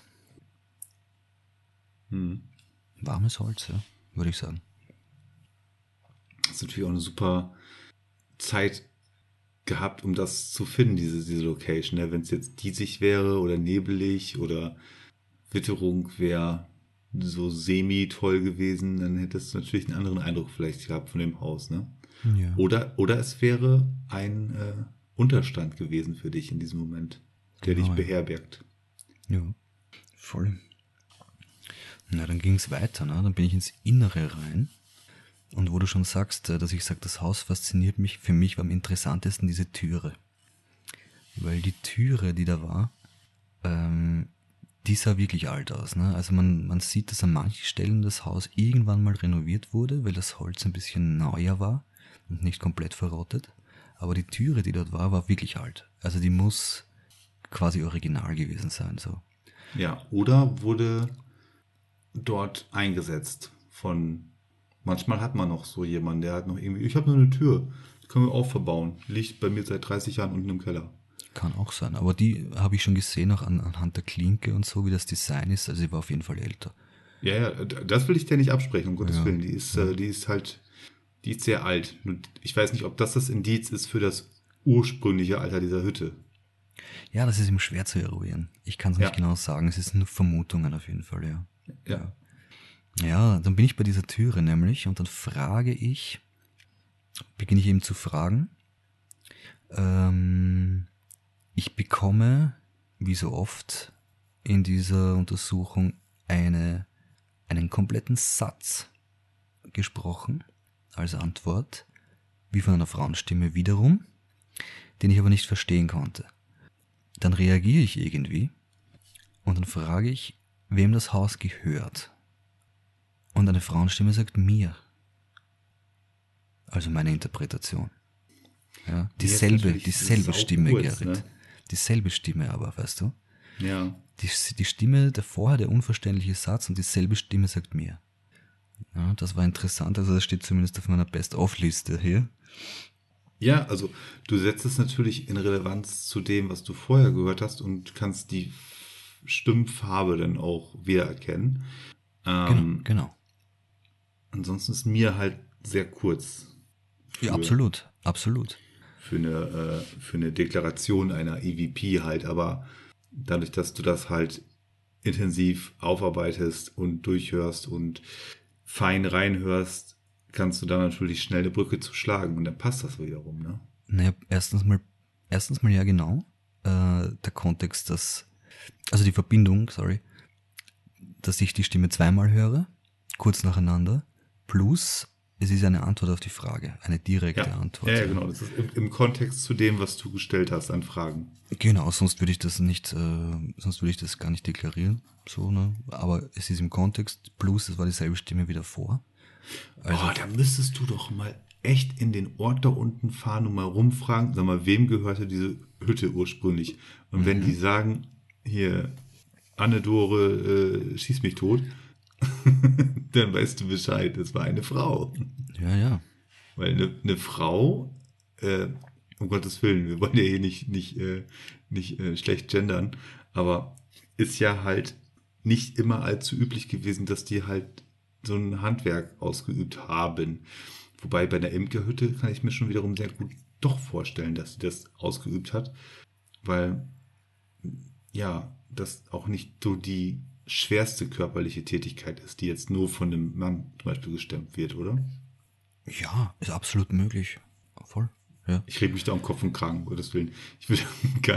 Hm. Warmes Holz, ja, würde ich sagen. Das ist natürlich auch eine super Zeit gehabt, um das zu finden, diese Location. Ne? Wenn es jetzt diesig wäre oder nebelig oder Witterung wäre so semi-toll gewesen, dann hättest du natürlich einen anderen Eindruck vielleicht gehabt von dem Haus. Ne? Ja, Oder es wäre ein Unterstand gewesen für dich in diesem Moment, der genau, dich ja. beherbergt. Ja, voll. Na, dann ging es weiter, ne? Dann bin ich ins Innere rein. Und wo du schon sagst, dass ich sage, das Haus fasziniert mich, für mich war am interessantesten diese Türe. Weil die Türe, die da war, die sah wirklich alt aus. Ne? Also man sieht, dass an manchen Stellen das Haus irgendwann mal renoviert wurde, weil das Holz ein bisschen neuer war und nicht komplett verrottet. Aber die Türe, die dort war, war wirklich alt. Also die muss quasi original gewesen sein. So. Ja, oder wurde dort eingesetzt von, manchmal hat man noch so jemanden, der hat noch irgendwie, ich habe nur eine Tür, die können wir auch verbauen, liegt bei mir seit 30 Jahren unten im Keller. Kann auch sein. Aber die habe ich schon gesehen, auch anhand der Klinke und so, wie das Design ist. Also sie war auf jeden Fall älter. Ja, ja, das will ich dir nicht absprechen, um Gottes Ja, Willen. ja. Die ist halt, die ist sehr alt. Nur ich weiß nicht, ob das Indiz ist für das ursprüngliche Alter dieser Hütte. Ja, das ist ihm schwer zu eruieren. Ich kann es nicht Ja, genau sagen. Es sind nur Vermutungen auf jeden Fall, ja. ja. Ja, dann bin ich bei dieser Türe nämlich und dann beginne ich eben zu fragen. Ich bekomme, wie so oft in dieser Untersuchung, einen kompletten Satz gesprochen als Antwort, wie von einer Frauenstimme wiederum, den ich aber nicht verstehen konnte. Dann reagiere ich irgendwie und dann frage ich, wem das Haus gehört. Und eine Frauenstimme sagt mir. Also meine Interpretation. Ja, Die ist natürlich dieselbe Stimme, saukurz, Gerrit. ne? Dieselbe Stimme aber, weißt du? Ja. Die Stimme davor, der unverständliche Satz und dieselbe Stimme sagt mir. Ja, das war interessant, also das steht zumindest auf meiner Best-of-Liste hier. Ja, also du setzt es natürlich in Relevanz zu dem, was du vorher gehört hast und kannst die Stimmfarbe dann auch wiedererkennen. Genau, Ähm, genau. ansonsten ist mir halt sehr kurz Ja, für, absolut, absolut. für eine Deklaration einer EVP halt, aber dadurch, dass du das halt intensiv aufarbeitest und durchhörst und fein reinhörst, kannst du da natürlich schnell eine Brücke zu schlagen und dann passt das wiederum, ne? Naja, erstens mal ja genau. Der Kontext, also die Verbindung, sorry, dass ich die Stimme zweimal höre, kurz nacheinander, plus es ist eine Antwort auf die Frage, eine direkte Ja, Antwort. ja, genau. Das ist im Kontext zu dem, was du gestellt hast an Fragen. Genau, sonst würde ich das nicht, sonst würde ich das gar nicht deklarieren, so, ne? Aber es ist im Kontext, plus es war dieselbe Stimme wie davor. Also, Oh, da müsstest du doch mal echt in den Ort da unten fahren und mal rumfragen, sag mal, wem gehörte diese Hütte ursprünglich? Und wenn die sagen, hier Anne-Dore schieß mich tot, dann weißt du Bescheid, es war eine Frau. Ja, ja. Weil eine Frau, um Gottes Willen, wir wollen ja hier nicht schlecht gendern, aber ist ja halt nicht immer allzu üblich gewesen, dass die halt so ein Handwerk ausgeübt haben. Wobei bei der Imkerhütte kann ich mir schon wiederum sehr gut doch vorstellen, dass sie das ausgeübt hat, weil ja, das auch nicht so die schwerste körperliche Tätigkeit ist, die jetzt nur von einem Mann zum Beispiel gestemmt wird, oder? Ja, ist absolut möglich. Voll. Ja. Ich rede mich da um Kopf und Kragen, um Gottes Willen. Ich will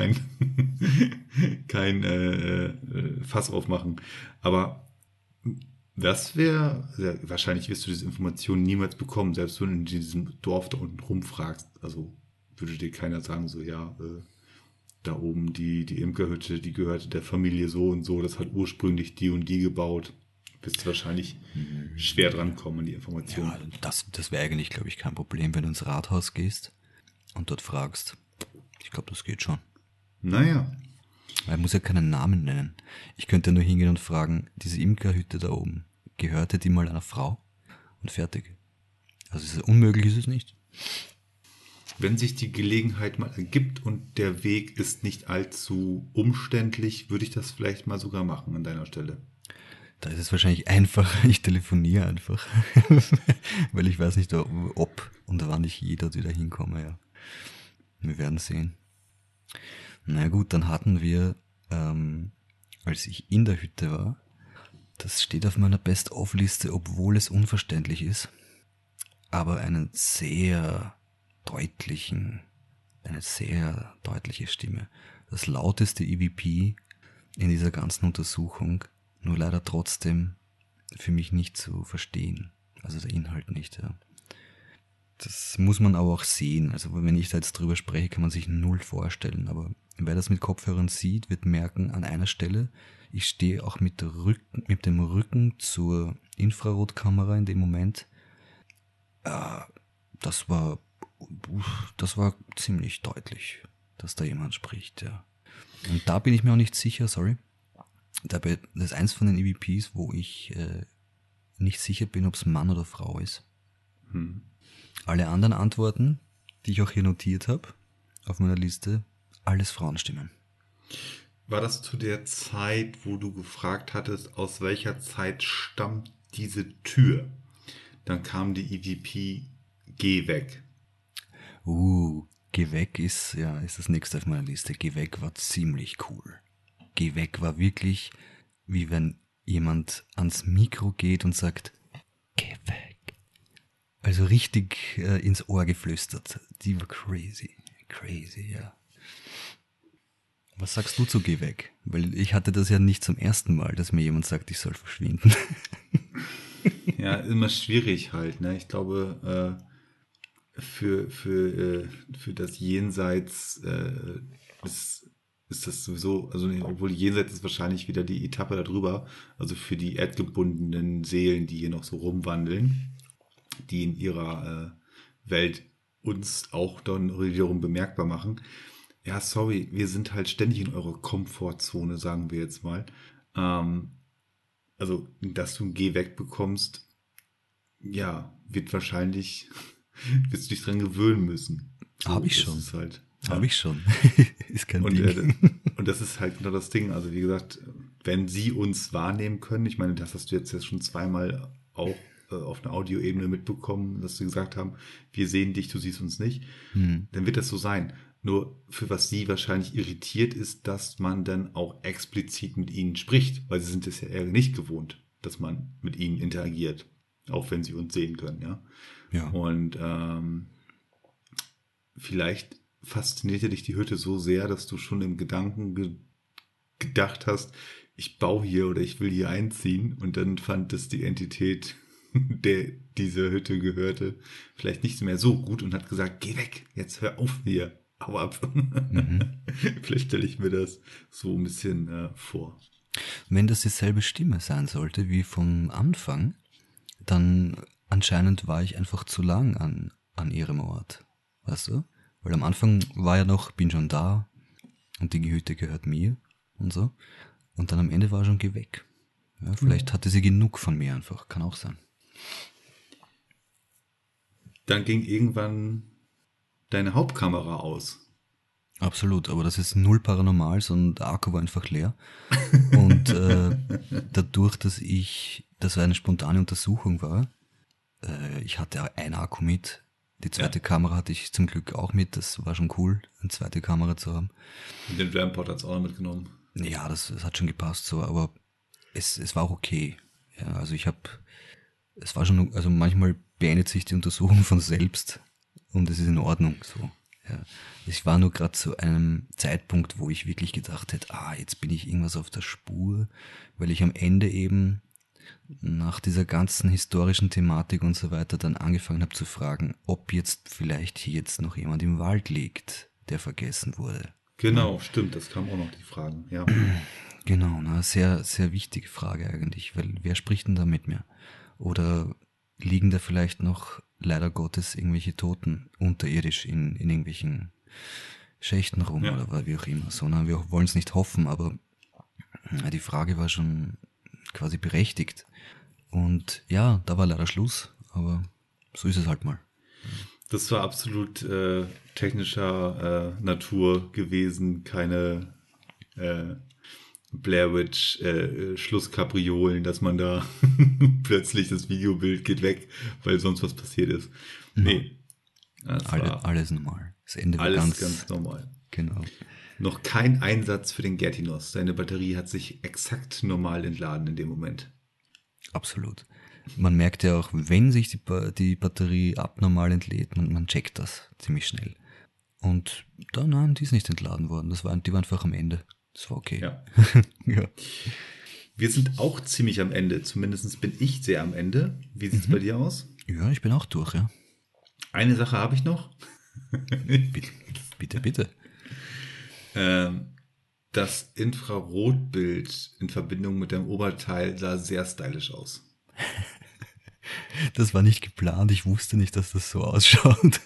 kein Fass aufmachen. Aber das wäre, ja, wahrscheinlich wirst du diese Informationen niemals bekommen, selbst wenn du in diesem Dorf da unten rumfragst. Also würde dir keiner sagen, so ja, da oben die Imkerhütte, die gehörte der Familie so und so, das hat ursprünglich die und die gebaut. Bist du wahrscheinlich schwer drankommen an die Informationen. Ja, das wäre eigentlich, glaube ich, kein Problem, wenn du ins Rathaus gehst und dort fragst. Ich glaube, das geht schon. Naja. Weil ich muss ja keinen Namen nennen. Ich könnte nur hingehen und fragen, diese Imkerhütte da oben, gehörte die mal einer Frau? Und fertig. Also unmöglich ist es nicht. Wenn sich die Gelegenheit mal ergibt und der Weg ist nicht allzu umständlich, würde ich das vielleicht mal sogar machen an deiner Stelle. Da ist es wahrscheinlich einfacher, ich telefoniere einfach. Weil ich weiß nicht, ob und wann ich je dort wieder hinkomme. Ja. Wir werden sehen. Na gut, dann hatten wir, als ich in der Hütte war, das steht auf meiner Best-of-Liste, obwohl es unverständlich ist, aber eine sehr deutliche Stimme. Das lauteste EVP in dieser ganzen Untersuchung, nur leider trotzdem für mich nicht zu verstehen. Also der Inhalt nicht, ja. Das muss man aber auch sehen. Also wenn ich da jetzt drüber spreche, kann man sich null vorstellen. Aber wer das mit Kopfhörern sieht, wird merken, an einer Stelle, ich stehe auch mit dem Rücken zur Infrarotkamera in dem Moment. Das war ziemlich deutlich, dass da jemand spricht, ja. Und da bin ich mir auch nicht sicher, sorry. Das ist eins von den EVPs, wo ich nicht sicher bin, ob es Mann oder Frau ist. Alle anderen Antworten, die ich auch hier notiert habe, auf meiner Liste, alles Frauenstimmen. War das zu der Zeit, wo du gefragt hattest, aus welcher Zeit stammt diese Tür? Dann kam die EVP, geh weg. Geh weg ist das nächste auf meiner Liste. Geh weg war ziemlich cool. Geh weg war wirklich, wie wenn jemand ans Mikro geht und sagt, geh weg. Also richtig ins Ohr geflüstert. Die war crazy, ja. Was sagst du zu Geh weg? Weil ich hatte das ja nicht zum ersten Mal, dass mir jemand sagt, ich soll verschwinden. Ja, immer schwierig halt, ne? Ich glaube, für das Jenseits ist das sowieso, also obwohl Jenseits ist wahrscheinlich wieder die Etappe darüber, also für die erdgebundenen Seelen, die hier noch so rumwandeln, die in ihrer Welt uns auch dann wiederum bemerkbar machen. Ja, sorry, wir sind halt ständig in eurer Komfortzone, sagen wir jetzt mal. Also, dass du ein Geh weg bekommst, ja, wirst du dich dran gewöhnen müssen. So, Hab ich schon. Habe ich schon. Ist kein Ding. Und das ist halt genau das Ding. Also wie gesagt, wenn sie uns wahrnehmen können, ich meine, das hast du jetzt schon zweimal auch auf einer Audioebene mitbekommen, dass sie gesagt haben, wir sehen dich, du siehst uns nicht, dann wird das so sein. Nur für was sie wahrscheinlich irritiert ist, dass man dann auch explizit mit ihnen spricht, weil sie sind es ja eher nicht gewohnt, dass man mit ihnen interagiert, auch wenn sie uns sehen können, ja. Ja. Und vielleicht faszinierte dich die Hütte so sehr, dass du schon im Gedanken gedacht hast, ich baue hier oder ich will hier einziehen, und dann fand es die Entität, der diese Hütte gehörte, vielleicht nicht mehr so gut und hat gesagt, geh weg, jetzt hör auf hier, hau ab. Vielleicht stelle ich mir das so ein bisschen vor. Wenn das dieselbe Stimme sein sollte wie vom Anfang, dann anscheinend war ich einfach zu lang an ihrem Ort, weißt du? Weil am Anfang war ja noch, bin schon da und die Hütte gehört mir und so. Und dann am Ende war er schon weg. Ja, vielleicht hatte sie genug von mir einfach, kann auch sein. Dann ging irgendwann deine Hauptkamera aus. Absolut, aber das ist null paranormal, sondern der Akku war einfach leer. Und dadurch, dass das eine spontane Untersuchung war, ich hatte ein Akku mit, die zweite Kamera hatte ich zum Glück auch mit, das war schon cool, eine zweite Kamera zu haben. Und den Rampart hat es auch noch mitgenommen. Ja, das hat schon gepasst so, aber es war auch okay. Ja, also es war schon, also manchmal beendet sich die Untersuchung von selbst und es ist in Ordnung so. Ja. Ich war nur gerade zu einem Zeitpunkt, wo ich wirklich gedacht hätte, jetzt bin ich irgendwas auf der Spur, weil ich am Ende eben nach dieser ganzen historischen Thematik und so weiter dann angefangen habe zu fragen, ob jetzt vielleicht hier jetzt noch jemand im Wald liegt, der vergessen wurde. Genau, stimmt, das kam auch noch die Fragen, ja. Genau, sehr, sehr wichtige Frage eigentlich, weil wer spricht denn da mit mir? Oder liegen da vielleicht noch, leider Gottes, irgendwelche Toten unterirdisch in irgendwelchen Schächten rum oder wie auch immer. So, wir wollen es nicht hoffen, aber die Frage war schon quasi berechtigt. Und ja, da war leider Schluss, aber so ist es halt mal. Das war absolut technischer Natur gewesen, keine Blair Witch Schlusskapriolen, dass man da plötzlich das Videobild geht weg, weil sonst was passiert ist. Nee. Alles normal. Das Ende war alles ganz normal. Genau. Noch kein Einsatz für den Gatinos. Seine Batterie hat sich exakt normal entladen in dem Moment. Absolut. Man merkt ja auch, wenn sich die Batterie abnormal entlädt, man checkt das ziemlich schnell. Und nein, die ist nicht entladen worden. Die war einfach am Ende. Das war okay. Ja. Ja. Wir sind auch ziemlich am Ende. Zumindest bin ich sehr am Ende. Wie sieht es bei dir aus? Ja, ich bin auch durch, ja. Eine Sache habe ich noch. Bitte. Das Infrarotbild in Verbindung mit dem Oberteil sah sehr stylisch aus. Das war nicht geplant. Ich wusste nicht, dass das so ausschaut.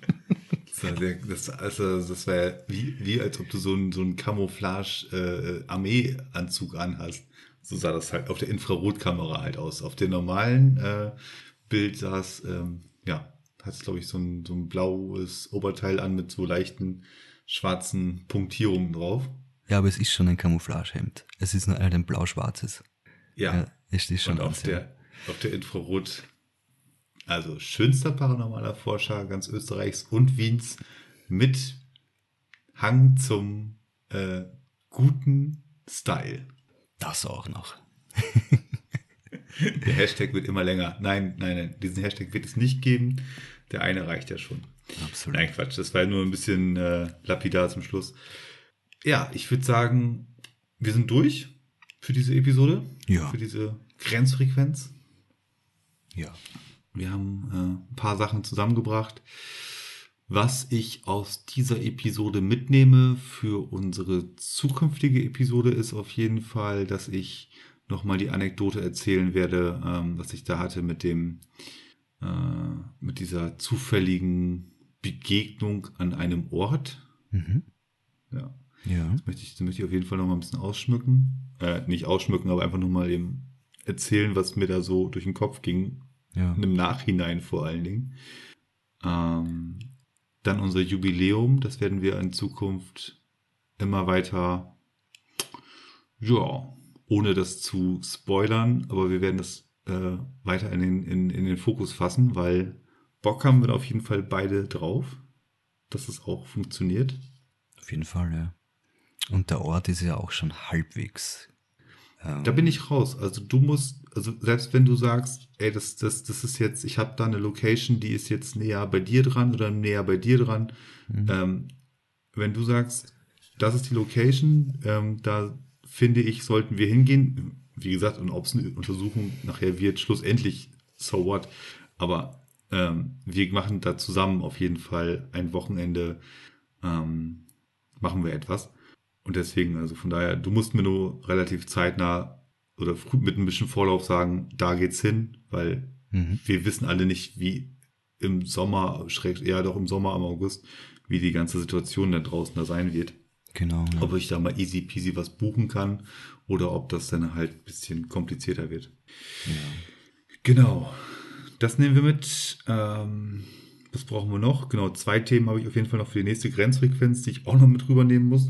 Das war ja wie als ob du so einen Camouflage-Armeeanzug anhast. So sah das halt auf der Infrarotkamera halt aus. Auf dem normalen Bild sah es, hat es glaube ich so ein blaues Oberteil an mit so leichten schwarzen Punktierungen drauf. Ja, aber es ist schon ein Camouflagehemd. Es ist nur ein blau-schwarzes. Ja, es ist schon und auf der Infrarot, also schönster paranormaler Forscher ganz Österreichs und Wiens mit Hang zum guten Style. Das auch noch. Der Hashtag wird immer länger. Nein, diesen Hashtag wird es nicht geben. Der eine reicht ja schon. Absolut. Nein, Quatsch, das war ja nur ein bisschen lapidar zum Schluss. Ja, ich würde sagen, wir sind durch für diese Episode. Ja. Für diese Grenzfrequenz. Ja. Wir haben ein paar Sachen zusammengebracht. Was ich aus dieser Episode mitnehme für unsere zukünftige Episode ist auf jeden Fall, dass ich nochmal die Anekdote erzählen werde, was ich da hatte mit dieser zufälligen Begegnung an einem Ort. Mhm. Ja. Ja. Das möchte ich auf jeden Fall noch mal ein bisschen ausschmücken. Nicht ausschmücken, aber einfach nur mal eben erzählen, was mir da so durch den Kopf ging. Ja. Im Nachhinein vor allen Dingen. Dann unser Jubiläum, das werden wir in Zukunft immer weiter, ohne das zu spoilern, aber wir werden das weiter in den Fokus fassen, weil Bock haben wir auf jeden Fall beide drauf, dass es auch funktioniert. Auf jeden Fall, ja. Und der Ort ist ja auch schon halbwegs. Da bin ich raus. Also selbst wenn du sagst, ey, das ist jetzt, ich habe da eine Location, die ist jetzt näher bei dir dran oder näher bei dir dran. Wenn du sagst, das ist die Location, da finde ich, sollten wir hingehen. Wie gesagt, und ob es eine Untersuchung nachher wird, schlussendlich, so what. Aber wir machen da zusammen auf jeden Fall ein Wochenende, machen wir etwas. Und deswegen, also von daher, du musst mir nur relativ zeitnah oder mit ein bisschen Vorlauf sagen, da geht's hin, weil wir wissen alle nicht, wie im Sommer, im Sommer, im August, wie die ganze Situation da draußen da sein wird. Genau, ja. Ob ich da mal easy peasy was buchen kann oder ob das dann halt ein bisschen komplizierter wird. Ja. Genau, das nehmen wir mit. Was brauchen wir noch? Genau, 2 Themen habe ich auf jeden Fall noch für die nächste Grenzfrequenz, die ich auch noch mit rübernehmen muss.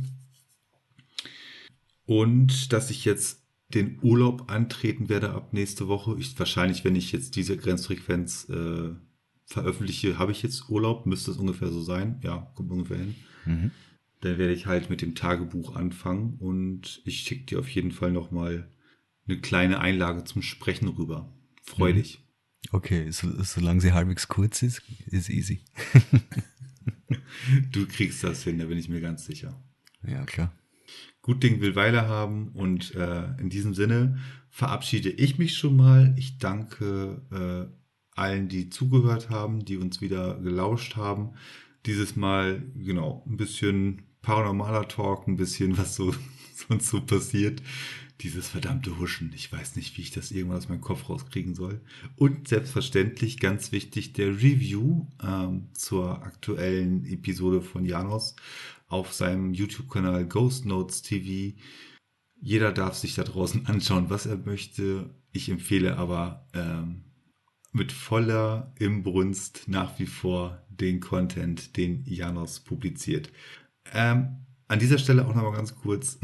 Und dass ich jetzt den Urlaub antreten werde ab nächste Woche. Wahrscheinlich, wenn ich jetzt diese Grenzfrequenz veröffentliche, habe ich jetzt Urlaub. Müsste es ungefähr so sein. Ja, kommt ungefähr hin. Mhm. Dann werde ich halt mit dem Tagebuch anfangen und ich schicke dir auf jeden Fall nochmal eine kleine Einlage zum Sprechen rüber. Freu dich. Okay, solange sie halbwegs kurz ist easy. Du kriegst das hin, da bin ich mir ganz sicher. Ja, klar. Gut Ding will Weile haben und in diesem Sinne verabschiede ich mich schon mal. Ich danke allen, die zugehört haben, die uns wieder gelauscht haben. Dieses Mal, genau, ein bisschen paranormaler Talk, ein bisschen was so sonst so passiert. Dieses verdammte Huschen. Ich weiß nicht, wie ich das irgendwann aus meinem Kopf rauskriegen soll. Und selbstverständlich, ganz wichtig, der Review zur aktuellen Episode von Janos auf seinem YouTube-Kanal Ghost Notes TV. Jeder darf sich da draußen anschauen, was er möchte. Ich empfehle aber mit voller Inbrunst nach wie vor den Content, den Janos publiziert. An dieser Stelle auch noch mal ganz kurz.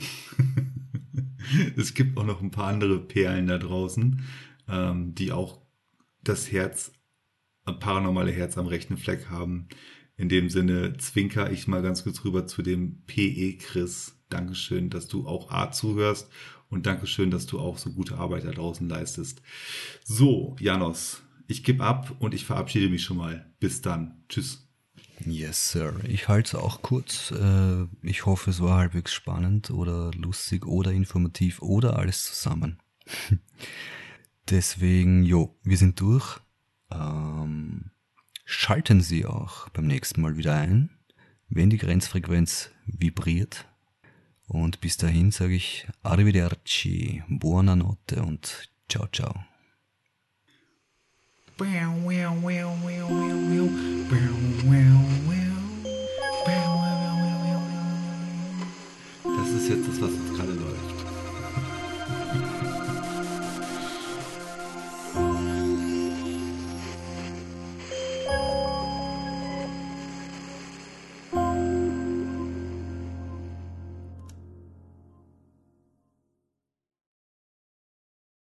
Es gibt auch noch ein paar andere Perlen da draußen, die auch das paranormale Herz am rechten Fleck haben. In dem Sinne zwinker ich mal ganz kurz rüber zu dem PE Chris. Dankeschön, dass du auch A zuhörst und Dankeschön, dass du auch so gute Arbeit da draußen leistest. So, Janos, ich gebe ab und ich verabschiede mich schon mal. Bis dann. Tschüss. Yes, Sir. Ich halte es auch kurz. Ich hoffe, es war halbwegs spannend oder lustig oder informativ oder alles zusammen. Deswegen, wir sind durch. Schalten Sie auch beim nächsten Mal wieder ein, wenn die Grenzfrequenz vibriert. Und bis dahin sage ich Arrivederci, Buonanotte und ciao, ciao. Das ist jetzt das, was jetzt gerade läuft.